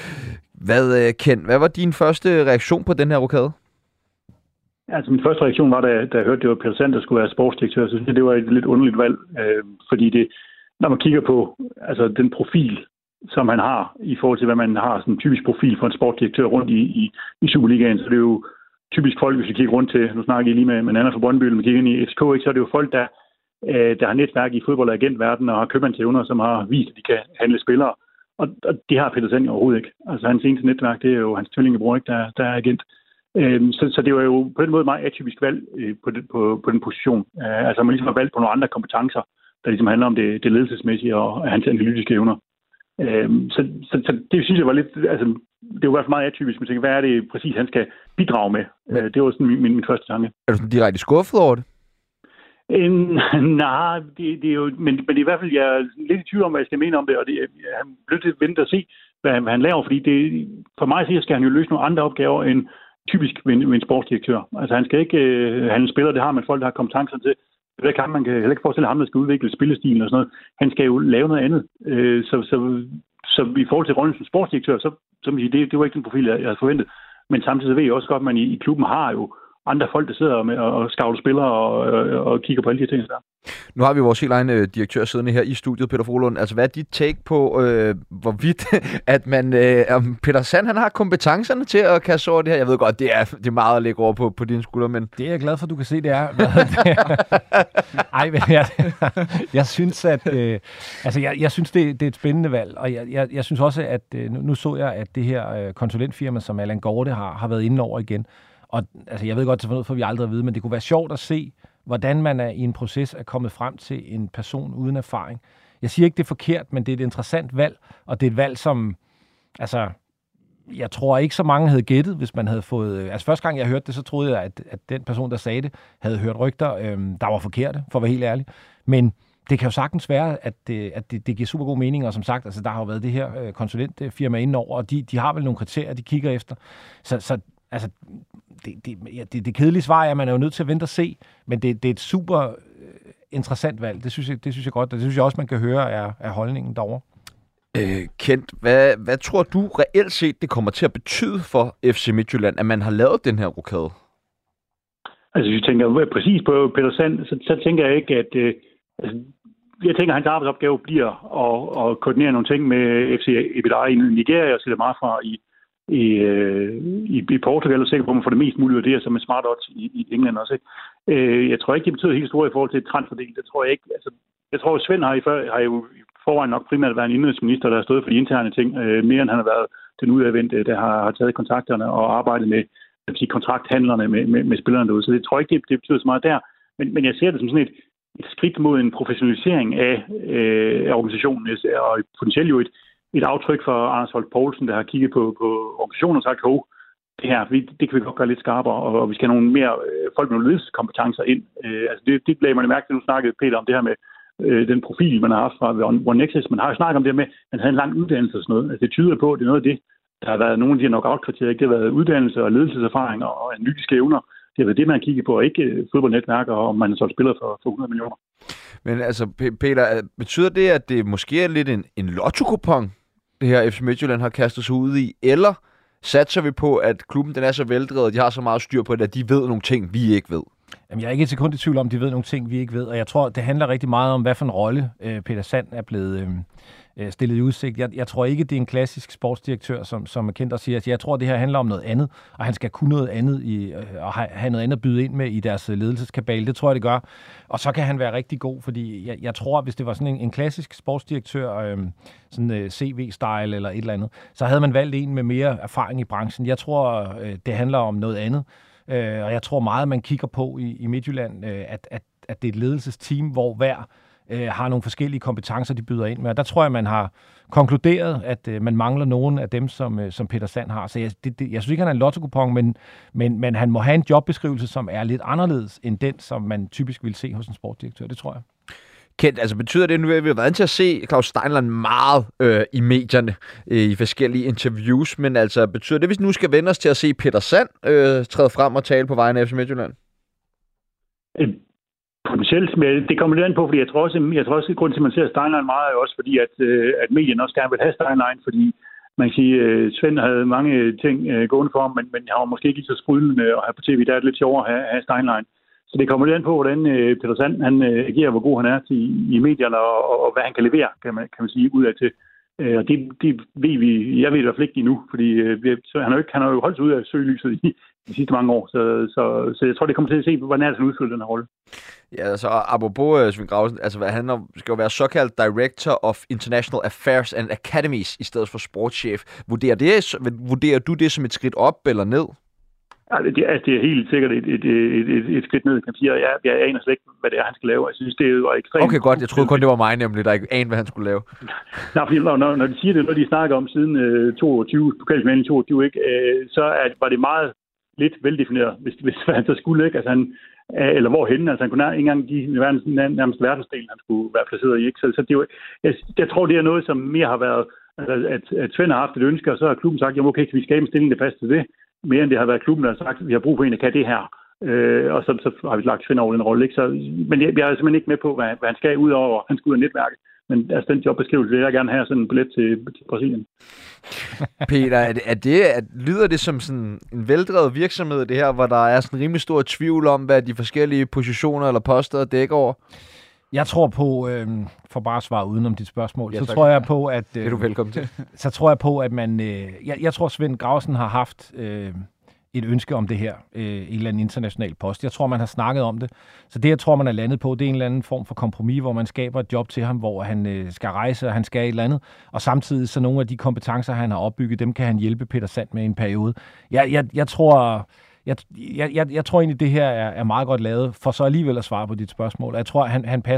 Kent, hvad var din første reaktion på den her rokade? Altså, min første reaktion var, da jeg hørte, det var Peter Sand, der skulle være sportsdirektør, så synes jeg, det var et lidt underligt valg, fordi det, når man kigger på altså, den profil, som han har, i forhold til, hvad man har, sådan en typisk profil for en sportsdirektør rundt i Superligaen, så det er jo typisk folk, hvis vi kigger rundt til, nu snakker I lige med Anna fra Brøndby, men kigger ind i FCK, ikke, så er det jo folk, der har netværk i fodbold- og agentverden og har købmandsevner, som har vist, at de kan handle spillere. Og det har Peter Sand overhovedet ikke. Altså hans eneste netværk, det er jo hans tvillingebror, ikke, der er agent. Så det var jo på den måde meget atypisk valg på den position. Altså man ligesom har valgt på nogle andre kompetencer, der ligesom handler om det ledelsesmæssige og hans analytiske evner. Så det synes jeg var lidt, altså det var i hvert fald meget atypisk. Man tænker, hvad er det præcis, han skal bidrage med? Det var sådan min første tanke. Er du sådan direkte skuffet over det? Nej, det er jo, men det er i hvert fald, jeg er lidt i tvivl om, hvad jeg skal mene om det, og han bliver lidt vente at se, hvad han laver, fordi det, for mig at skal han jo løse nogle andre opgaver end typisk ved en sportsdirektør. Altså han skal ikke han spiller, det har man folk, der har kompetencer til. Det kan man kan heller ikke forestille ham, der skal udvikle spillestilen og sådan noget. Han skal jo lave noget andet. Så i forhold til rollen som sportsdirektør, så det var ikke den profil, jeg havde forventet. Men samtidig ved jeg også godt, at man i klubben har jo andre folk, der sidder med og scouter spillere og kigger på alle de ting der. Nu har vi vores helt egen direktør siddende her i studiet, Peter Frohlund. Altså, hvad er dit take på, hvorvidt at man, Peter Sand, han har kompetencerne til at kaste over det her? Jeg ved godt, det er meget at lægge over på dine skuldre, men... Det er jeg glad for, at du kan se, det er. Ej, men jeg synes, at... jeg synes, det er et spændende valg, og jeg synes også, at... Nu så jeg, at det her konsulentfirma, som Allan Gorte har været inde over igen. Og altså, jeg ved godt, for vi aldrig at vide, men det kunne være sjovt at se, hvordan man i en proces er kommet frem til en person uden erfaring. Jeg siger ikke, det er forkert, men det er et interessant valg, og det er et valg, som, altså, jeg tror ikke så mange havde gættet, hvis man havde fået... Altså første gang jeg hørte det, så troede jeg, at den person, der sagde det, havde hørt rygter, der var forkerte, for at være helt ærlig. Men det kan jo sagtens være, at det giver super god mening, og som sagt, altså, der har jo været det her konsulentfirma indenover, og de har vel nogle kriterier, de kigger efter. Så altså, det kedelige svar er, at man er jo nødt til at vente og se, men det er et super interessant valg. Det synes jeg godt, og det synes jeg også, man kan høre af holdningen derovre. Kent, hvad tror du reelt set, det kommer til at betyde for FC Midtjylland, at man har lavet den her rokade? Altså, hvis jeg tænker præcis på Peter Sand, så tænker jeg ikke, at... jeg tænker, at hans arbejdsopgave bliver at koordinere nogle ting med FC Ebedei i Nigeria, og sætte meget fra i Portugal, og sikker på, at man får det mest muligt af det, som er smart odds i England også. Ikke? Jeg tror ikke, det betyder helt store i forhold til transferdel. Det tror jeg ikke. Altså, jeg tror, at Svend har jo i forvejen nok primært været en indrigsminister, der har stået for de interne ting, mere end han har været den udadvendte, der har taget kontakterne og arbejdet med kontrakthandlerne med spillerne derude. Så det tror jeg ikke, det betyder så meget der. Men jeg ser det som sådan et skridt mod en professionalisering af organisationen, og potentielt jo et aftryk for Anders Holt Poulsen, der har kigget på organisationen og sagt, det her, det kan vi godt gøre lidt skarpere, og vi skal have nogle mere folk med nogle ledelseskompetencer ind. Altså det lagde man mærke til, nu snakkede Peter om det her med den profil, man har haft fra One Nexus. Man har jo snakket om det med, at man havde en lang uddannelse og sådan noget. Altså det tyder på, at det er noget af det, der har været nogle af de her knockout-kriterier. Det har været uddannelse og ledelseserfaring og analytiske evner. Det har været det, man har kigget på, og ikke fodboldnetværk, og om man har solgt spillere for 100 millioner. Men altså, Peter, betyder det, at det måske er lidt en lotto-kupon, det her FC Midtjylland har kastet sig ud i, eller satser vi på, at klubben den er så veldrevet, og de har så meget styr på det, at de ved nogle ting, vi ikke ved? Jamen, jeg er ikke et sekund i tvivl om, de ved nogle ting, vi ikke ved, og jeg tror, det handler rigtig meget om, hvad for en rolle Peter Sand er blevet stillet i udsigt. Jeg tror ikke, det er en klassisk sportsdirektør, som er kendt og siger, at jeg tror, det her handler om noget andet, og han skal kunne noget andet og have noget andet at byde ind med i deres ledelseskabale. Det tror jeg, det gør. Og så kan han være rigtig god, fordi jeg tror, hvis det var sådan en klassisk sportsdirektør, sådan CV-style eller et eller andet, så havde man valgt en med mere erfaring i branchen. Jeg tror, det handler om noget andet. Og jeg tror meget, man kigger på i Midtjylland, at det er et ledelsesteam, hvor hver har nogle forskellige kompetencer, de byder ind med. Og der tror jeg, man har konkluderet, at man mangler nogen af dem, som Peter Sand har. Så jeg synes ikke, han er en lotto-kupon, men han må have en jobbeskrivelse, som er lidt anderledes end den, som man typisk vil se hos en sportsdirektør. Det tror jeg. Kent, altså betyder det, nu vi har været vant til at se Claus Steinland meget i medierne, i forskellige interviews, men altså betyder det, hvis nu skal vende os til at se Peter Sand træde frem og tale på vegne af FC Midtjylland? Potentielt, men det kommer lidt an på, fordi jeg tror også at grunden til, at man ser Steinland meget, er også fordi, at medierne også gerne vil have Steinland, fordi man kan sige, Svend havde mange ting gående for ham, men han var måske ikke lige så sprudlende at have på tv. Der er det lidt sjovere at have Steinland. Så det kommer lidt an på, hvordan Peter Sand han agerer, hvor god han er i medierne, og hvad han kan levere, kan man sige, ud af til. Og det ved vi, jeg ved i hvert fald ikke endnu, fordi han har jo holdt sig ud af søgelyset i de sidste mange år, så jeg tror, det kommer til at se, hvordan han udfylder den her rolle. Ja, altså apropos Svend Gravesen, altså han skal jo være såkaldt Director of International Affairs and Academies i stedet for sportschef. Vurderer du det som et skridt op eller ned? Ja, det er helt sikkert et skridt ned, kan man sige. Jeg aner slet ikke, hvad det er, han skal lave. Jeg synes, det var ekstremt... Okay, godt. Jeg troede kun, det var mig nemlig, der ikke anede, hvad han skulle lave. Nej, fordi når de siger det, når de snakker om siden 22, pokalfinalen 22, ikke, så var det meget lidt veldefineret, hvis han så skulle, ikke? Altså eller hvorhenne. Altså han kunne ikke engang de nærmest verdensdel, han skulle være placeret i, ikke? Så det var, jeg tror, det er noget, som mere har været, altså, at Svend har haft et ønske, og så har klubben sagt, jamen okay, kan vi skabe en stilling, der passer til det? Mere end det har været klubben, der har sagt, at vi har brug for en, der kan det her. Og så har vi lagt Svend over den rolle. Ikke? Så, men jeg er simpelthen ikke med på, hvad han skal ud over. Han skal ud af netværket. Men altså, den jobbeskrivelse vil jeg gerne have sådan en billet til Brasilien. Peter, lyder det som sådan en veldrevet virksomhed, det her, hvor der er sådan rimelig stor tvivl om, hvad de forskellige positioner eller poster dækker over? Jeg tror på, for bare at svare udenom dit spørgsmål, så tror jeg på, at... Det er du velkommen til. Så tror jeg på, at man... Jeg tror, Svend Gravesen har haft et ønske om det her, en eller anden international post. Jeg tror, man har snakket om det. Så det, jeg tror, man er landet på, det er en eller anden form for kompromis, hvor man skaber et job til ham, hvor han skal rejse, og han skal et eller andet. Og samtidig så nogle af de kompetencer, han har opbygget, dem kan han hjælpe Peter Sand med i en periode. Jeg Jeg tror egentlig, det her er meget godt lavet, for så alligevel at svare på dit spørgsmål. Jeg tror,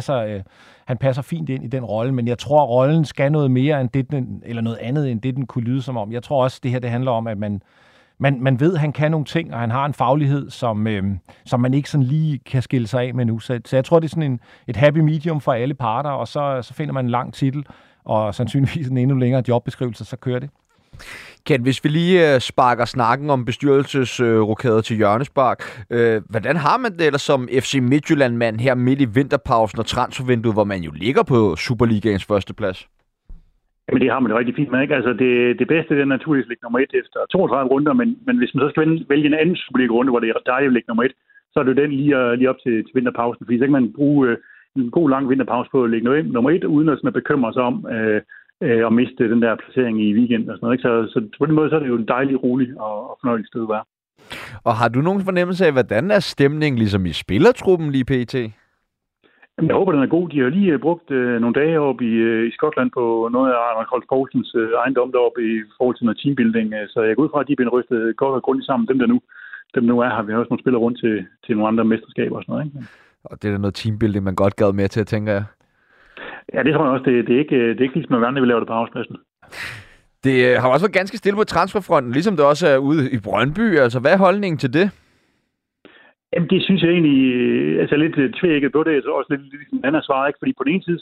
han passer fint ind i den rolle, men jeg tror, rollen skal noget mere end det, eller noget andet end det, den kunne lyde som om. Jeg tror også, det her det handler om, at man ved, at han kan nogle ting, og han har en faglighed, som man ikke sådan lige kan skille sig af med nu. Så jeg tror, det er sådan et happy medium for alle parter, og så finder man en lang titel, og sandsynligvis en endnu længere jobbeskrivelse, så kører det. Ken, hvis vi lige sparker snakken om bestyrelsesrokadet til hjørnespark, hvordan har man det ellers som FC Midtjylland-mand her midt i vinterpausen og transfervinduet, hvor man jo ligger på Superligaens førsteplads? Jamen, det har man jo rigtig fint med, ikke? Altså, det bedste, det er naturligvis ligge nummer 1 efter 32 runder, men hvis man så skal vælge en anden Superliga-runde, hvor det er dejligt at ligge nummer 1, så er det jo den lige op til vinterpausen, fordi så kan man bruge en god lang vinterpause på at ligge nummer 1, uden at man bekymrer sig om at miste den der placering i weekenden og sådan noget, ikke? Så på den måde, så er det jo en dejlig, rolig og fornøjelig sted at være. Og har du nogen fornemmelse af, hvordan er stemningen ligesom i spillertruppen lige pt.? Jamen, jeg håber, den er god. De har lige brugt nogle dage oppe i Skotland på noget af Arnold Holt Poulsens ejendom deroppe i forhold til noget teambuilding. Så jeg går ud fra, at de er blevet rystet godt og grundigt sammen. Dem nu er her. Vi har også nogle spillere rundt til nogle andre mesterskaber og sådan noget, ikke? Og det er noget teambuilding, man godt gad med til, tænker jeg. Ja, det tror jeg også. Det er ikke ligesom noget andet, vi laver det på arbejdspladsen. Det har også været ganske stille på transferfronten, ligesom det også er ude i Brøndby. Altså, hvad er holdningen til det? Jamen, det synes jeg egentlig altså lidt tvækket på det, så også lidt ligesom han har svaret, ikke? Fordi på den ene side,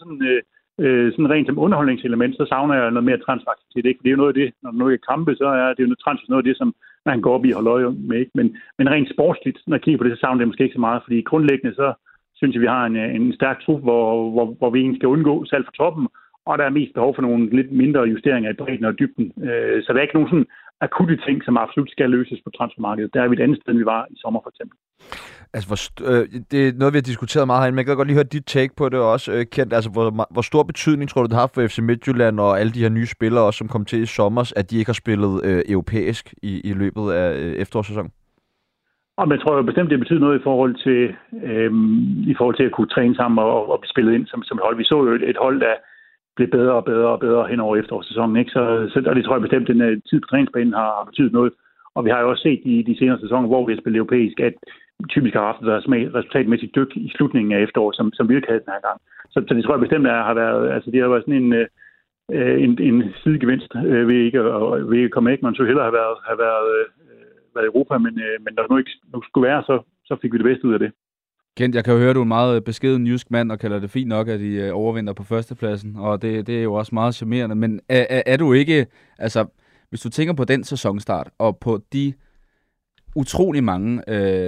sådan rent som underholdningselement, så savner jeg noget mere transferaktivitet, ikke? For det er jo noget af det, når du ikke er kampe, så er det jo noget af det, som man går op i og holder øje med, ikke? Men rent sportsligt, når jeg kigger på det, så savner det måske ikke så meget, fordi grundlæggende så synes jeg, vi har en stærk trup, hvor vi egentlig skal undgå salg fra toppen, og der er mest behov for nogle lidt mindre justeringer i bredden og dybden. Så der er ikke nogen sådan akutte ting, som absolut skal løses på transfermarkedet. Der er vi et andet sted, end vi var i sommer, for eksempel. Altså, det er noget, vi har diskuteret meget herinde, men jeg kan godt lige høre dit take på det også, Kent. Altså, hvor stor betydning tror du, det har for FC Midtjylland og alle de her nye spillere, også, som kom til i sommer, at de ikke har spillet europæisk i løbet af efterårssæsonen? Og jeg tror jo bestemt, det betyder noget i forhold til at kunne træne sammen og blive spillet ind som et hold. Vi så jo et hold, der blev bedre og bedre og bedre hen over efterårssæsonen, ikke? Og det tror jeg bestemt, den tid på træningsbanen har betydet noget. Og vi har jo også set i de senere sæsoner, hvor vi har spillet europæisk, at typisk har haft deres resultatmæssigt dyk i slutningen af efteråret, som vi ikke havde den her gang. Så det tror jeg bestemt, har været, altså det har været sådan en sidegevinst ved ikke at komme ikke. Man så hellere have været i Europa, men når det nu ikke skulle være, så fik vi det bedste ud af det. Kent, jeg kan jo høre, at du er en meget beskeden jysk mand, og kalder det fint nok, at de overvinder på førstepladsen, og det er jo også meget charmerende. Men er du ikke, altså hvis du tænker på den sæsonstart, og på de utrolig mange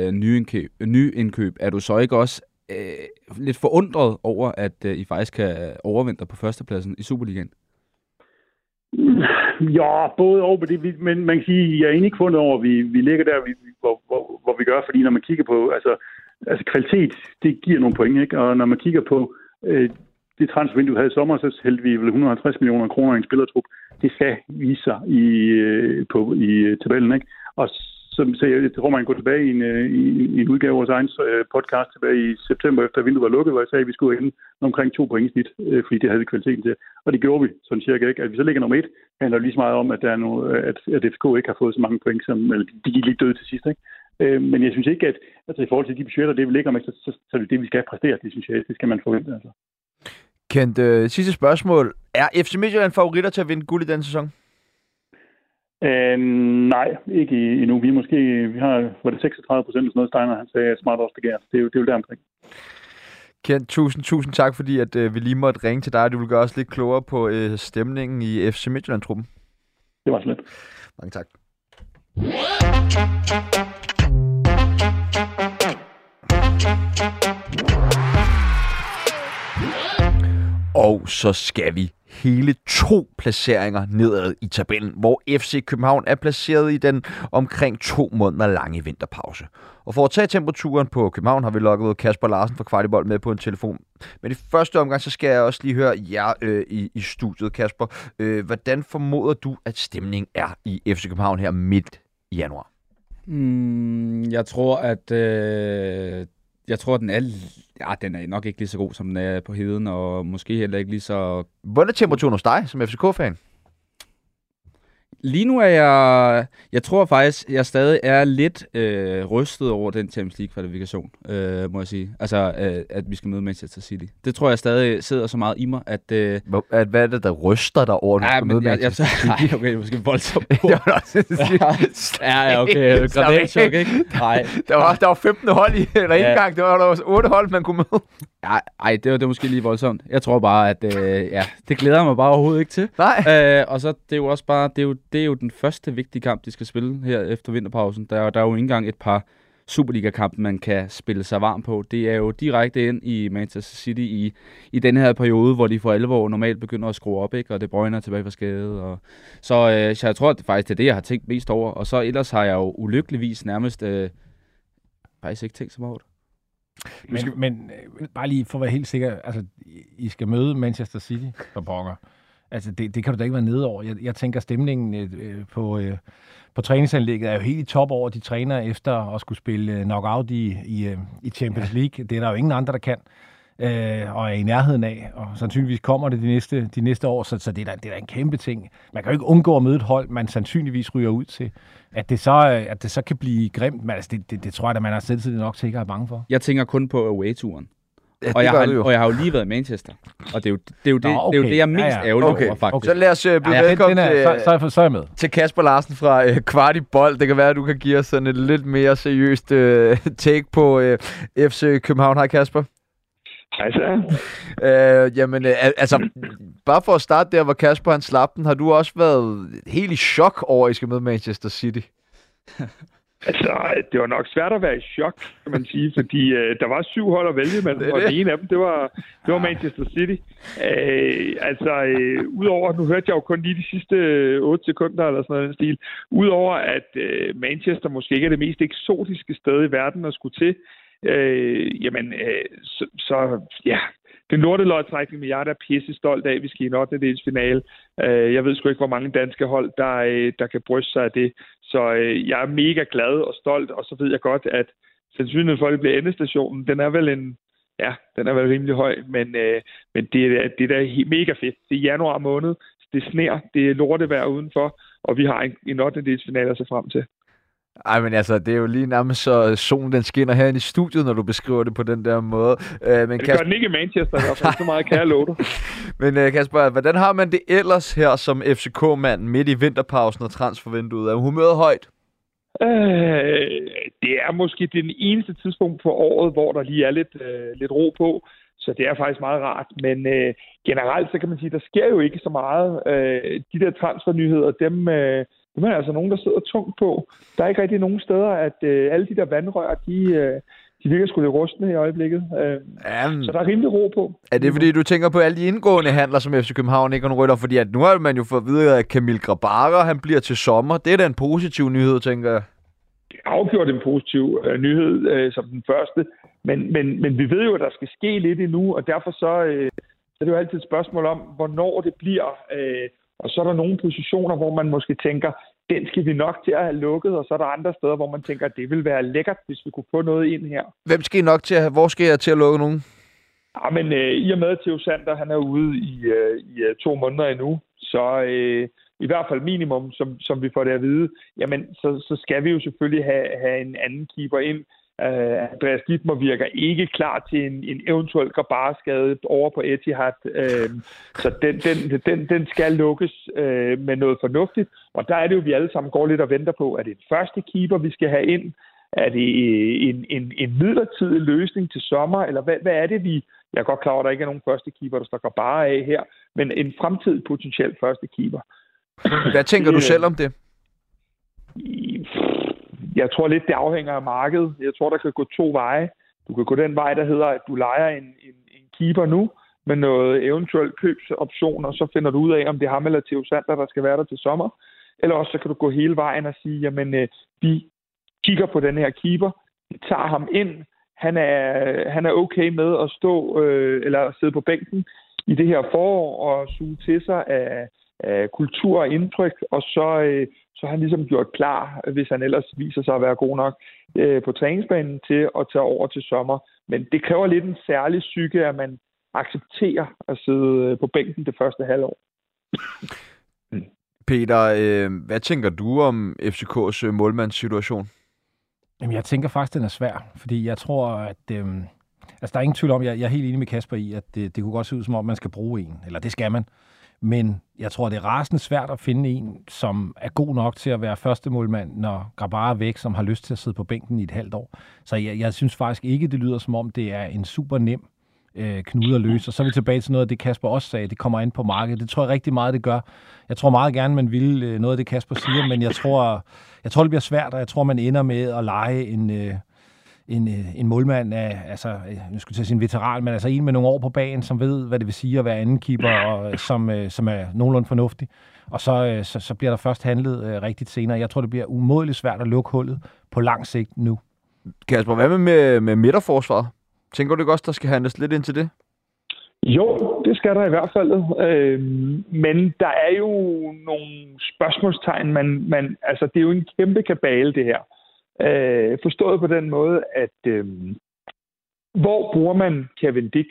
nyindkøb, er du så ikke også lidt forundret over, at I faktisk kan overvinde på førstepladsen i Superligaen? Ja, både over det, men man kan sige, at jeg er egentlig ikke fundet over, at vi ligger der, hvor vi gør, fordi når man kigger på, altså kvalitet, det giver nogle point, ikke? Og når man kigger på det transfervindue, vi havde i sommer, så hældte vi vel 150 millioner kroner i en spillertrup. Det skal vise sig i tabellen, ikke? Og så jeg tror, man går tilbage i en udgave af vores egen podcast tilbage i september, efter vinduet var lukket, hvor jeg sagde, at vi skulle ende omkring 2 point i snit, fordi det havde vi kvaliteten til. Og det gjorde vi sådan cirka, ikke. At vi så ligger nummer 1, handler lige så meget om, at der er at FCK ikke har fået så mange point, eller de gik lidt døde til sidst, ikke. Men jeg synes ikke, at altså, i forhold til de budgetter, det vi ligger med, så er det det, vi skal præstere. Det synes jeg, det skal man forvente. Altså. Kent, sidste spørgsmål. Er FC Midtjylland favoritter til at vinde guld i den sæson? Nej, ikke endnu. Vi har, var det 36% eller sådan noget, Steiner, han sagde, smart også begær. Det er jo der omkring. Kent, tusind tak, fordi at vi lige måtte ringe til dig, og du vil gøre os lidt klogere på stemningen i FC Midtjylland-truppen. Det var så lidt. Mange tak. Og så skal vi hele 2 placeringer nedad i tabellen, hvor FC København er placeret i den omkring 2 måneder lange vinterpause. Og for at tage temperaturen på København, har vi lukket Kasper Larsen fra Kvartibold med på en telefon. Men i første omgang, så skal jeg også lige høre jer i studiet, Kasper. Hvordan formoder du, at stemningen er i FC København her midt i januar? Jeg tror, at den er... Ja, den er nok ikke lige så god, som den er på Heden, og måske heller ikke lige så... Hvordan er temperaturen hos dig som FCK-fan? Lige nu er jeg tror faktisk, jeg stadig er lidt rystet over den Champions League-kvalifikation, må jeg sige. Altså, at vi skal møde Manchester City. Det tror jeg stadig sidder så meget i mig, at... Hvad er det, der ryster dig over, at du skal møde Manchester City? Nej, okay, det er måske voldsomt. Ja, okay. Granatchok, ikke? Nej. Der var 15 hold i eller en gang. Der var 8 hold, man kunne møde. Nej, det var måske lige voldsomt. Jeg tror bare, at det glæder mig bare overhovedet ikke til. Nej. Og så det er jo også bare, det er jo den første vigtige kamp, de skal spille her efter vinterpausen. Der er jo ikke engang et par Superliga-kampe, man kan spille sig varm på. Det er jo direkte ind i Manchester City i den her periode, hvor de for alvor normalt begynder at skrue op, ikke? Og det Bruyne er tilbage fra skade. Og så jeg tror, at det faktisk er det, jeg har tænkt mest over. Og så ellers har jeg jo ulykkeligvis nærmest faktisk ikke tænkt så meget. Men bare lige for at være helt sikker, altså, I skal møde Manchester City for pokker. Altså, det kan du da ikke være nede over. Jeg tænker, stemningen på træningsanlægget er jo helt i top over, de træner efter at skulle spille knockout i Champions League. Det er der jo ingen andre, der kan, og er i nærheden af. Og sandsynligvis kommer det de næste år, så det er da en kæmpe ting. Man kan jo ikke undgå at møde et hold, man sandsynligvis ryger ud til. At det så kan blive grimt, men altså, det tror jeg, at man har selvtid nok til ikke er bange for. Jeg tænker kun på away-turen. Ja, og jeg har jo lige været i Manchester. Og det er jo det, jeg er mest ærgerlig over, faktisk. Okay. Så lad os blive velkommen så er jeg med. til Kasper Larsen fra Kvart i Bold. Det kan være, at du kan give os sådan et lidt mere seriøst take på FC København. Hej Kasper. Hej så. Altså, bare for at starte der, hvor Kasper han slap den, har du også været helt i chok over, at I skal møde Manchester City? Altså, det var nok svært at være i chok, kan man sige, fordi der var 7 hold at vælge mellem, og den ene af dem, det var Manchester City. Udover, nu hørte jeg jo kun lige de sidste 8 sekunder, eller sådan noget den stil, udover at Manchester måske ikke er det mest eksotiske sted i verden at skulle til, den lorteløjtrækning med jeg er pisse stolt af, vi skal i en 8. finale. Jeg ved sgu ikke, hvor mange danske hold, der kan bryste sig af det. Så jeg er mega glad og stolt, og så ved jeg godt, at sandsynligheden for, at det bliver endestationen, den er vel rimelig høj, men det er da mega fedt. Det er januar måned, det sner, det er lortevejr udenfor, og vi har en 8. finale at se frem til. Ej, men altså, det er jo lige nærmest så solen den skinner herinde i studiet, når du beskriver det på den der måde. Men det gør den ikke i Manchester, i hvert fald. Så meget kan jeg love dig. Men Kasper, hvordan har man det ellers her som FCK-mand midt i vinterpausen og transfervinduet? Er humøret højt? Det er måske det eneste tidspunkt på året, hvor der lige er lidt ro på. Så det er faktisk meget rart. Men generelt, så kan man sige, der sker jo ikke så meget. De der transfernyheder, dem er altså nogen, der sidder tungt på. Der er ikke rigtig nogen steder, at alle de der vandrør, de virker sgu lidt rustne i øjeblikket. Så der er rimelig ro på. Er det fordi, du tænker på alle de indgående handler, som FC København ikke har rytter? Fordi at nu har man jo fået videre, at Kamil Grabara, han bliver til sommer. Det er da en positiv nyhed, tænker jeg. Det er afgjort en positiv nyhed som den første. Men vi ved jo, at der skal ske lidt endnu, og derfor så er det jo altid et spørgsmål om, hvornår det bliver. Og så er der nogle positioner, hvor man måske tænker, den skal vi nok til at have lukket, og så er der andre steder, hvor man tænker, at det vil være lækkert, hvis vi kunne få noget ind her. Hvem skal I nok til hvor skal jeg til at lukke nogen? Ja, men i og med, at Theo Sander, han er ude i 2 måneder endnu, så i hvert fald minimum, som vi får det at vide, jamen så skal vi jo selvfølgelig have en anden keeper ind. Andreas Dittmer virker ikke klar til en eventuel Grabara-skade over på Etihad, så den skal lukkes med noget fornuftigt, og der er det jo, vi alle sammen går lidt og venter på, er det en første keeper, vi skal have ind? Er det en midlertidig løsning til sommer, eller hvad er det, jeg er godt klar over, at der ikke er nogen første keeper, der står Grabara af her, men en fremtidig potentiel første keeper. Hvad tænker du selv om det? Jeg tror lidt, det afhænger af markedet. Jeg tror, der kan gå 2 veje. Du kan gå den vej, der hedder, at du lejer en keeper nu med noget eventuelt købsoption, og så finder du ud af, om det er ham eller Theo Sander, der skal være der til sommer. Eller også så kan du gå hele vejen og sige, jamen, vi kigger på den her keeper, vi tager ham ind, han er okay med at stå eller sidde på bænken i det her forår og suge til sig af kultur og indtryk, og så har han ligesom gjort klar, hvis han ellers viser sig at være god nok på træningsbanen til at tage over til sommer. Men det kræver lidt en særlig psyke, at man accepterer at sidde på bænken det første halvår. Peter, hvad tænker du om FCK's målmandssituation? Jamen, jeg tænker faktisk, den er svær, fordi jeg tror, at der er ingen tvivl om, jeg er helt enig med Kasper i, at det kunne godt se ud som om, man skal bruge en, eller det skal man. Men jeg tror, det er rasende svært at finde en, som er god nok til at være første målmand, når Grabara er væk, som har lyst til at sidde på bænken i et halvt år. Så jeg synes faktisk ikke, det lyder som om, det er en super nem knude at løse. Og så er vi tilbage til noget af det, Kasper også sagde. Det kommer ind på markedet. Det tror jeg rigtig meget, det gør. Jeg tror meget gerne, man vil noget af det, Kasper siger, men jeg tror, det bliver svært, og jeg tror, man ender med at lege en målmand af, altså, nu skulle jeg sige en veteran, men altså en med nogle år på banen, som ved, hvad det vil sige at være anden keeper, og som er nogenlunde fornuftig. Og så bliver der først handlet rigtigt senere. Jeg tror, det bliver umådeligt svært at lukke hullet på lang sigt nu. Kasper, hvad med midterforsvaret? Tænker du ikke også, der skal handles lidt ind til det? Jo, det skal der i hvert fald. Men der er jo nogle spørgsmålstegn. Altså, det er jo en kæmpe kabale, det her. Forstået på den måde, at hvor bruger man Kevin Dix?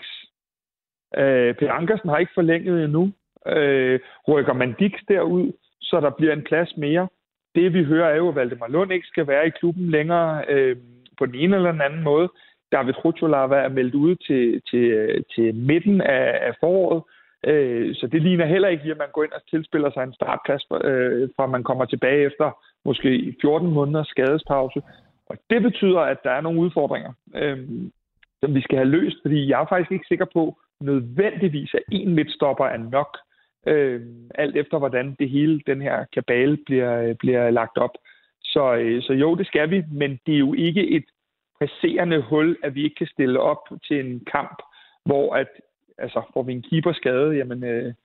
Per Ankersen har ikke forlænget endnu. Rykker man Dix derud, så der bliver en plads mere? Det vi hører er jo, at Valdemar Lund ikke skal være i klubben længere på den ene eller den anden måde. David Rucholava er meldt ud til midten af foråret. Så det ligner heller ikke, at man går ind og tilspiller sig en startplads, fra man kommer tilbage efter måske 14 måneders skadespause. Og det betyder, at der er nogle udfordringer, som vi skal have løst, fordi jeg er faktisk ikke sikker på, nødvendigvis at en midtstopper er nok, alt efter hvordan det hele, den her kabale, bliver lagt op. Så jo, det skal vi, men det er jo ikke et presserende hul, at vi ikke kan stille op til en kamp, hvor får vi en keeper skade, jamen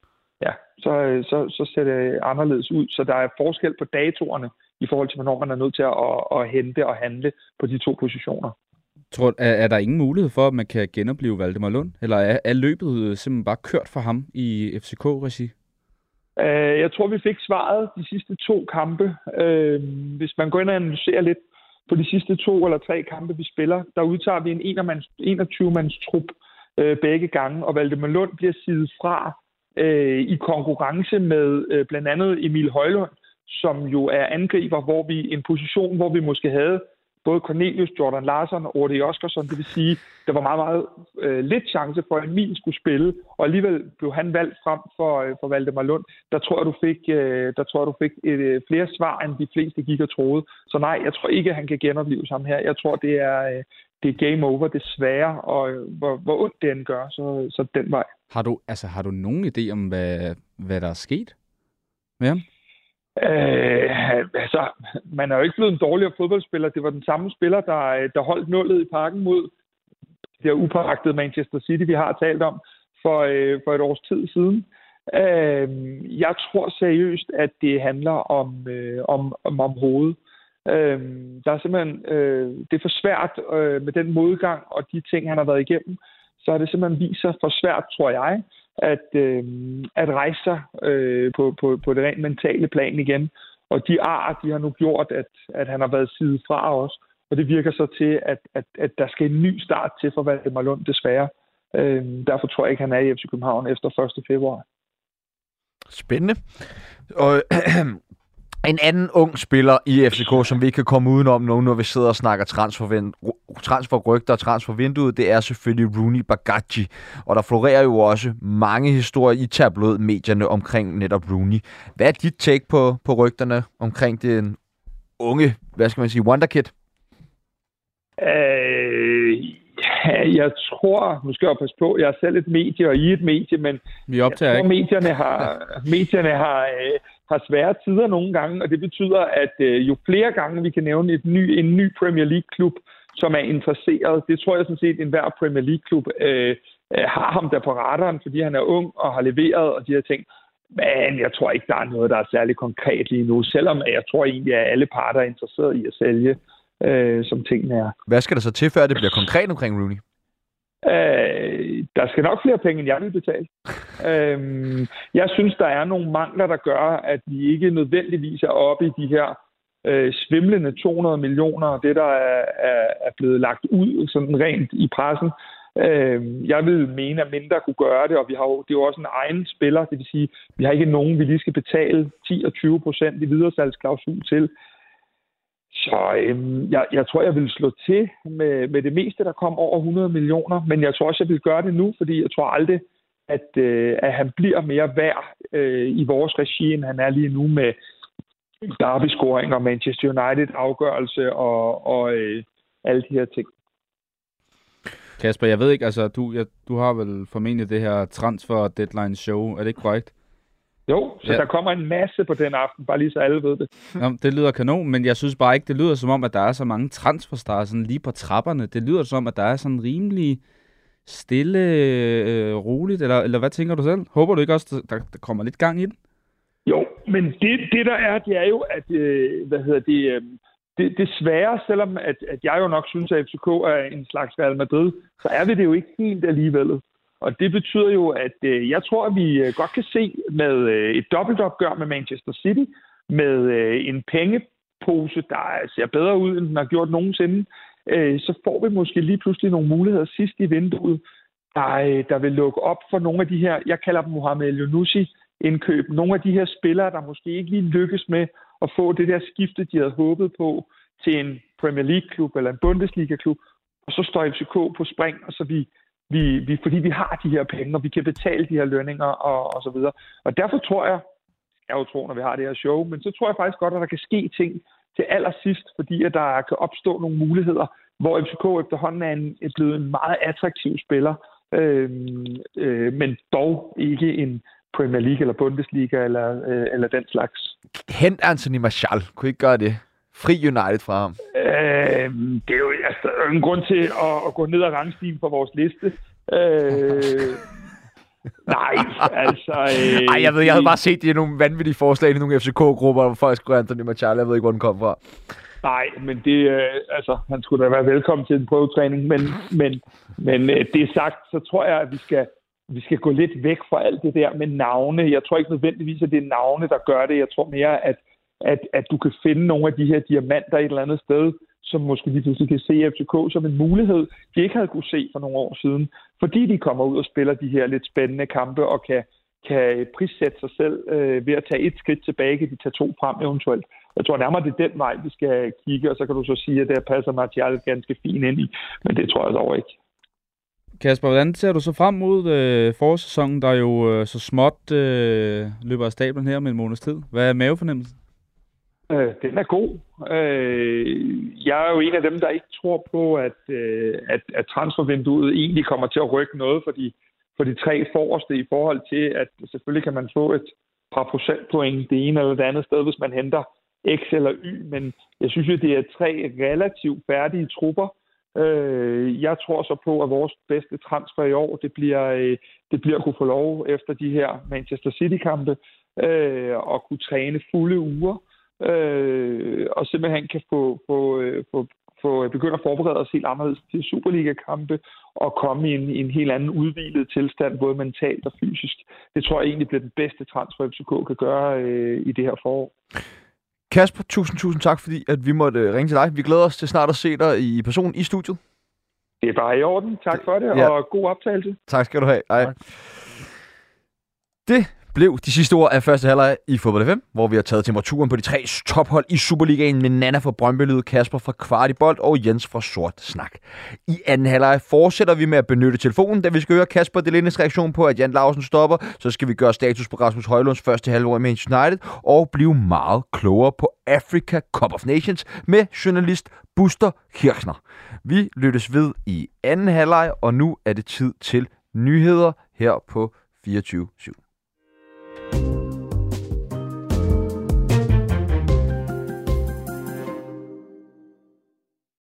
så ser det anderledes ud. Så der er forskel på datorerne i forhold til, hvornår man er nødt til at hente og handle på de to positioner. Er der ingen mulighed for, at man kan genopleve Valdemar Lund? Eller er løbet simpelthen bare kørt for ham i FCK-regi? Jeg tror, vi fik svaret de sidste 2 kampe. Hvis man går ind og analyserer lidt på de sidste 2 eller 3 kampe, vi spiller, der udtager vi en 21-mands trup begge gange, og Valdemar Lund bliver sidet fra i konkurrence med blandt andet Emil Højlund, som jo er angriber, hvor vi en position, hvor vi måske havde både Cornelius, Jordan Larsson og Orte Oskarsson. Det vil sige, der var meget, meget lidt chance for, at Emil skulle spille, og alligevel blev han valgt frem for Valdemar Lund. Der tror jeg, du fik flere svar, end de fleste gik og troede. Så nej, jeg tror ikke, at han kan genopleve sammen her. Jeg tror, det er game over, desværre, og hvor ondt det end gør, så den vej. Har du nogen idé om, hvad der er sket med ham? Man er jo ikke blevet en dårligere fodboldspiller. Det var den samme spiller, der holdt nullet i parken mod det her upåagtede Manchester City, vi har talt om for et års tid siden. Jeg tror seriøst, at det handler om hovedet. Der er simpelthen det er for svært med den modgang og de ting, han har været igennem. Så er det simpelthen vist sig for svært, tror jeg, at rejse sig på det rent mentale plan igen. Og de de har nu gjort, at han har været sidet fra os. Og det virker så til, at der skal en ny start til for Valdemar Lund, desværre. Derfor tror jeg ikke, han er i FC København efter 1. februar. Spændende. Og en anden ung spiller i FCK, som vi ikke kan komme udenom nu, når vi sidder og snakker transferrygter og transfervinduet, det er selvfølgelig Rooney Bagaji. Og der florerer jo også mange historier i tabloidmedierne omkring netop Rooney. Hvad er dit take på rygterne omkring den unge, hvad skal man sige, wonderkid? Jeg tror, nu skal jeg passe på, jeg er selv et medie, og I et medie, men vi optager jeg tror, medierne har svære tider nogle gange, og det betyder, at jo flere gange vi kan nævne en ny Premier League-klub, som er interesseret, det tror jeg sådan set, enhver Premier League-klub har ham der på radaren, fordi han er ung og har leveret, og de her ting. Men jeg tror ikke, der er noget, der er særlig konkret lige nu, selvom jeg tror egentlig, at alle parter er interesseret i at sælge, som tingene er. Hvad skal der så til, før det bliver konkret omkring Rooney? Der skal nok flere penge, end jeg vil betale. Jeg synes, der er nogle mangler, der gør, at vi ikke nødvendigvis er oppe i de her svimlende 200 millioner, det der er blevet lagt ud sådan rent i pressen. Jeg vil mene, at mindre kunne gøre det, og det er jo også en egen spiller, det vil sige, vi har ikke nogen, vi lige skal betale 10 og 20% i videresalgsklausul til. Så jeg tror, jeg vil slå til med det meste, der kom over 100 millioner, men jeg tror også, jeg vil gøre det nu, fordi jeg tror aldrig, at han bliver mere værd i vores regi, end han er lige nu med derby-scoring og Manchester United-afgørelse og alle de her ting. Kasper, jeg ved ikke, altså du har vel formentlig det her transfer deadline show, er det ikke korrekt? Jo, så ja. Der kommer en masse på den aften, bare lige så alle ved det. Jamen, det lyder kanon, men jeg synes bare ikke, det lyder som om, at der er så mange transferstars sådan lige på trapperne. Det lyder som, at der er sådan rimelig stille, roligt, eller hvad tænker du selv? Håber du ikke også, der kommer lidt gang i den? Jo, men det der er, det er jo, at det svære, selvom at jeg jo nok synes, at FCK er en slags Real Madrid, så er vi det jo ikke helt alligevel. Og det betyder jo, at jeg tror, at vi godt kan se med et dobbeltopgør med Manchester City, med en pengepose, der ser bedre ud, end den har gjort nogensinde, så får vi måske lige pludselig nogle muligheder sidst i vinduet, der vil lukke op for nogle af de her, jeg kalder dem Mohamed El-Younousi indkøb, nogle af de her spillere, der måske ikke lige lykkes med at få det der skifte, de havde håbet på til en Premier League-klub eller en Bundesliga-klub, og så står FCK på spring, og så fordi vi har de her penge, og vi kan betale de her lønninger og så videre. Og derfor tror jeg jo tror, når vi har det her show, men så tror jeg faktisk godt, at der kan ske ting til allersidst, fordi at der kan opstå nogle muligheder, hvor FCK efterhånden er blevet en meget attraktiv spiller, men dog ikke en Premier League eller Bundesliga eller den slags. Hent Anthony Martial. Kunne I ikke gøre det? Fri United fra ham. Det er jo en grund til at gå ned ad rangstigen på vores liste. Nej, altså... jeg havde bare set, det er nogle vanvittige forslag i nogle FCK-grupper, hvor folk skulle Anthony Martial. Jeg ved ikke, hvor den kom fra. Nej, men det... han skulle da være velkommen til en prøvetræning, men det er sagt, så tror jeg, at vi skal gå lidt væk fra alt det der med navne. Jeg tror ikke nødvendigvis, at det er navne, der gør det. Jeg tror mere, at du kan finde nogle af de her diamanter et eller andet sted, som måske lige pludselig kan se FCK som en mulighed, de ikke havde kunne se for nogle år siden, fordi de kommer ud og spiller de her lidt spændende kampe og kan prissætte sig selv ved at tage et skridt tilbage, kan de tage 2 frem eventuelt. Jeg tror nærmere, det er den vej, vi skal kigge, og så kan du så sige, at der passer Martial ganske fint ind i, men det tror jeg dog ikke. Kasper, hvordan ser du så frem mod forårssæsonen, der jo så småt løber af stablen her med en måneds tid? Hvad er mavefornemmelsen? Den er god. Jeg er jo en af dem, der ikke tror på, at transfervinduet egentlig kommer til at rykke noget for de 3 forreste i forhold til, at selvfølgelig kan man få et par procentpoint det ene eller det andet sted, hvis man henter X eller Y, men jeg synes jo, det er 3 relativt færdige trupper. Jeg tror så på, at vores bedste transfer i år, det bliver at kunne få lov efter de her Manchester City-kampe og kunne træne fulde uger. Og simpelthen kan få begynde at forberede os helt anderledes til Superliga-kampe og komme i en helt anden udhvilet tilstand, både mentalt og fysisk. Det tror jeg egentlig bliver den bedste transfer, FCK kan gøre i det her forår. Kasper, tusind tak, fordi at vi måtte ringe til dig. Vi glæder os til snart at se dig i person i studiet. Det er bare i orden. Tak for det, ja. Og god optagelse. Tak skal du have. Hej. Det blev de sidste ord af første halvleg i Fodbold FM, hvor vi har taget temperaturen på de 3 tophold i Superligaen med Nana fra Brøndby, Kasper fra Kvartibold og Jens fra Sort Snak. I anden halvleg fortsætter vi med at benytte telefonen, da vi skal høre Kasper Delindes reaktion på, at Jan Lausen stopper. Så skal vi gøre status på Rasmus Højlunds første halvår i Manchester United og blive meget klogere på Africa Cup of Nations med journalist Buster Kirchner. Vi lyttes ved i anden halvleg, og nu er det tid til nyheder her på 24/7.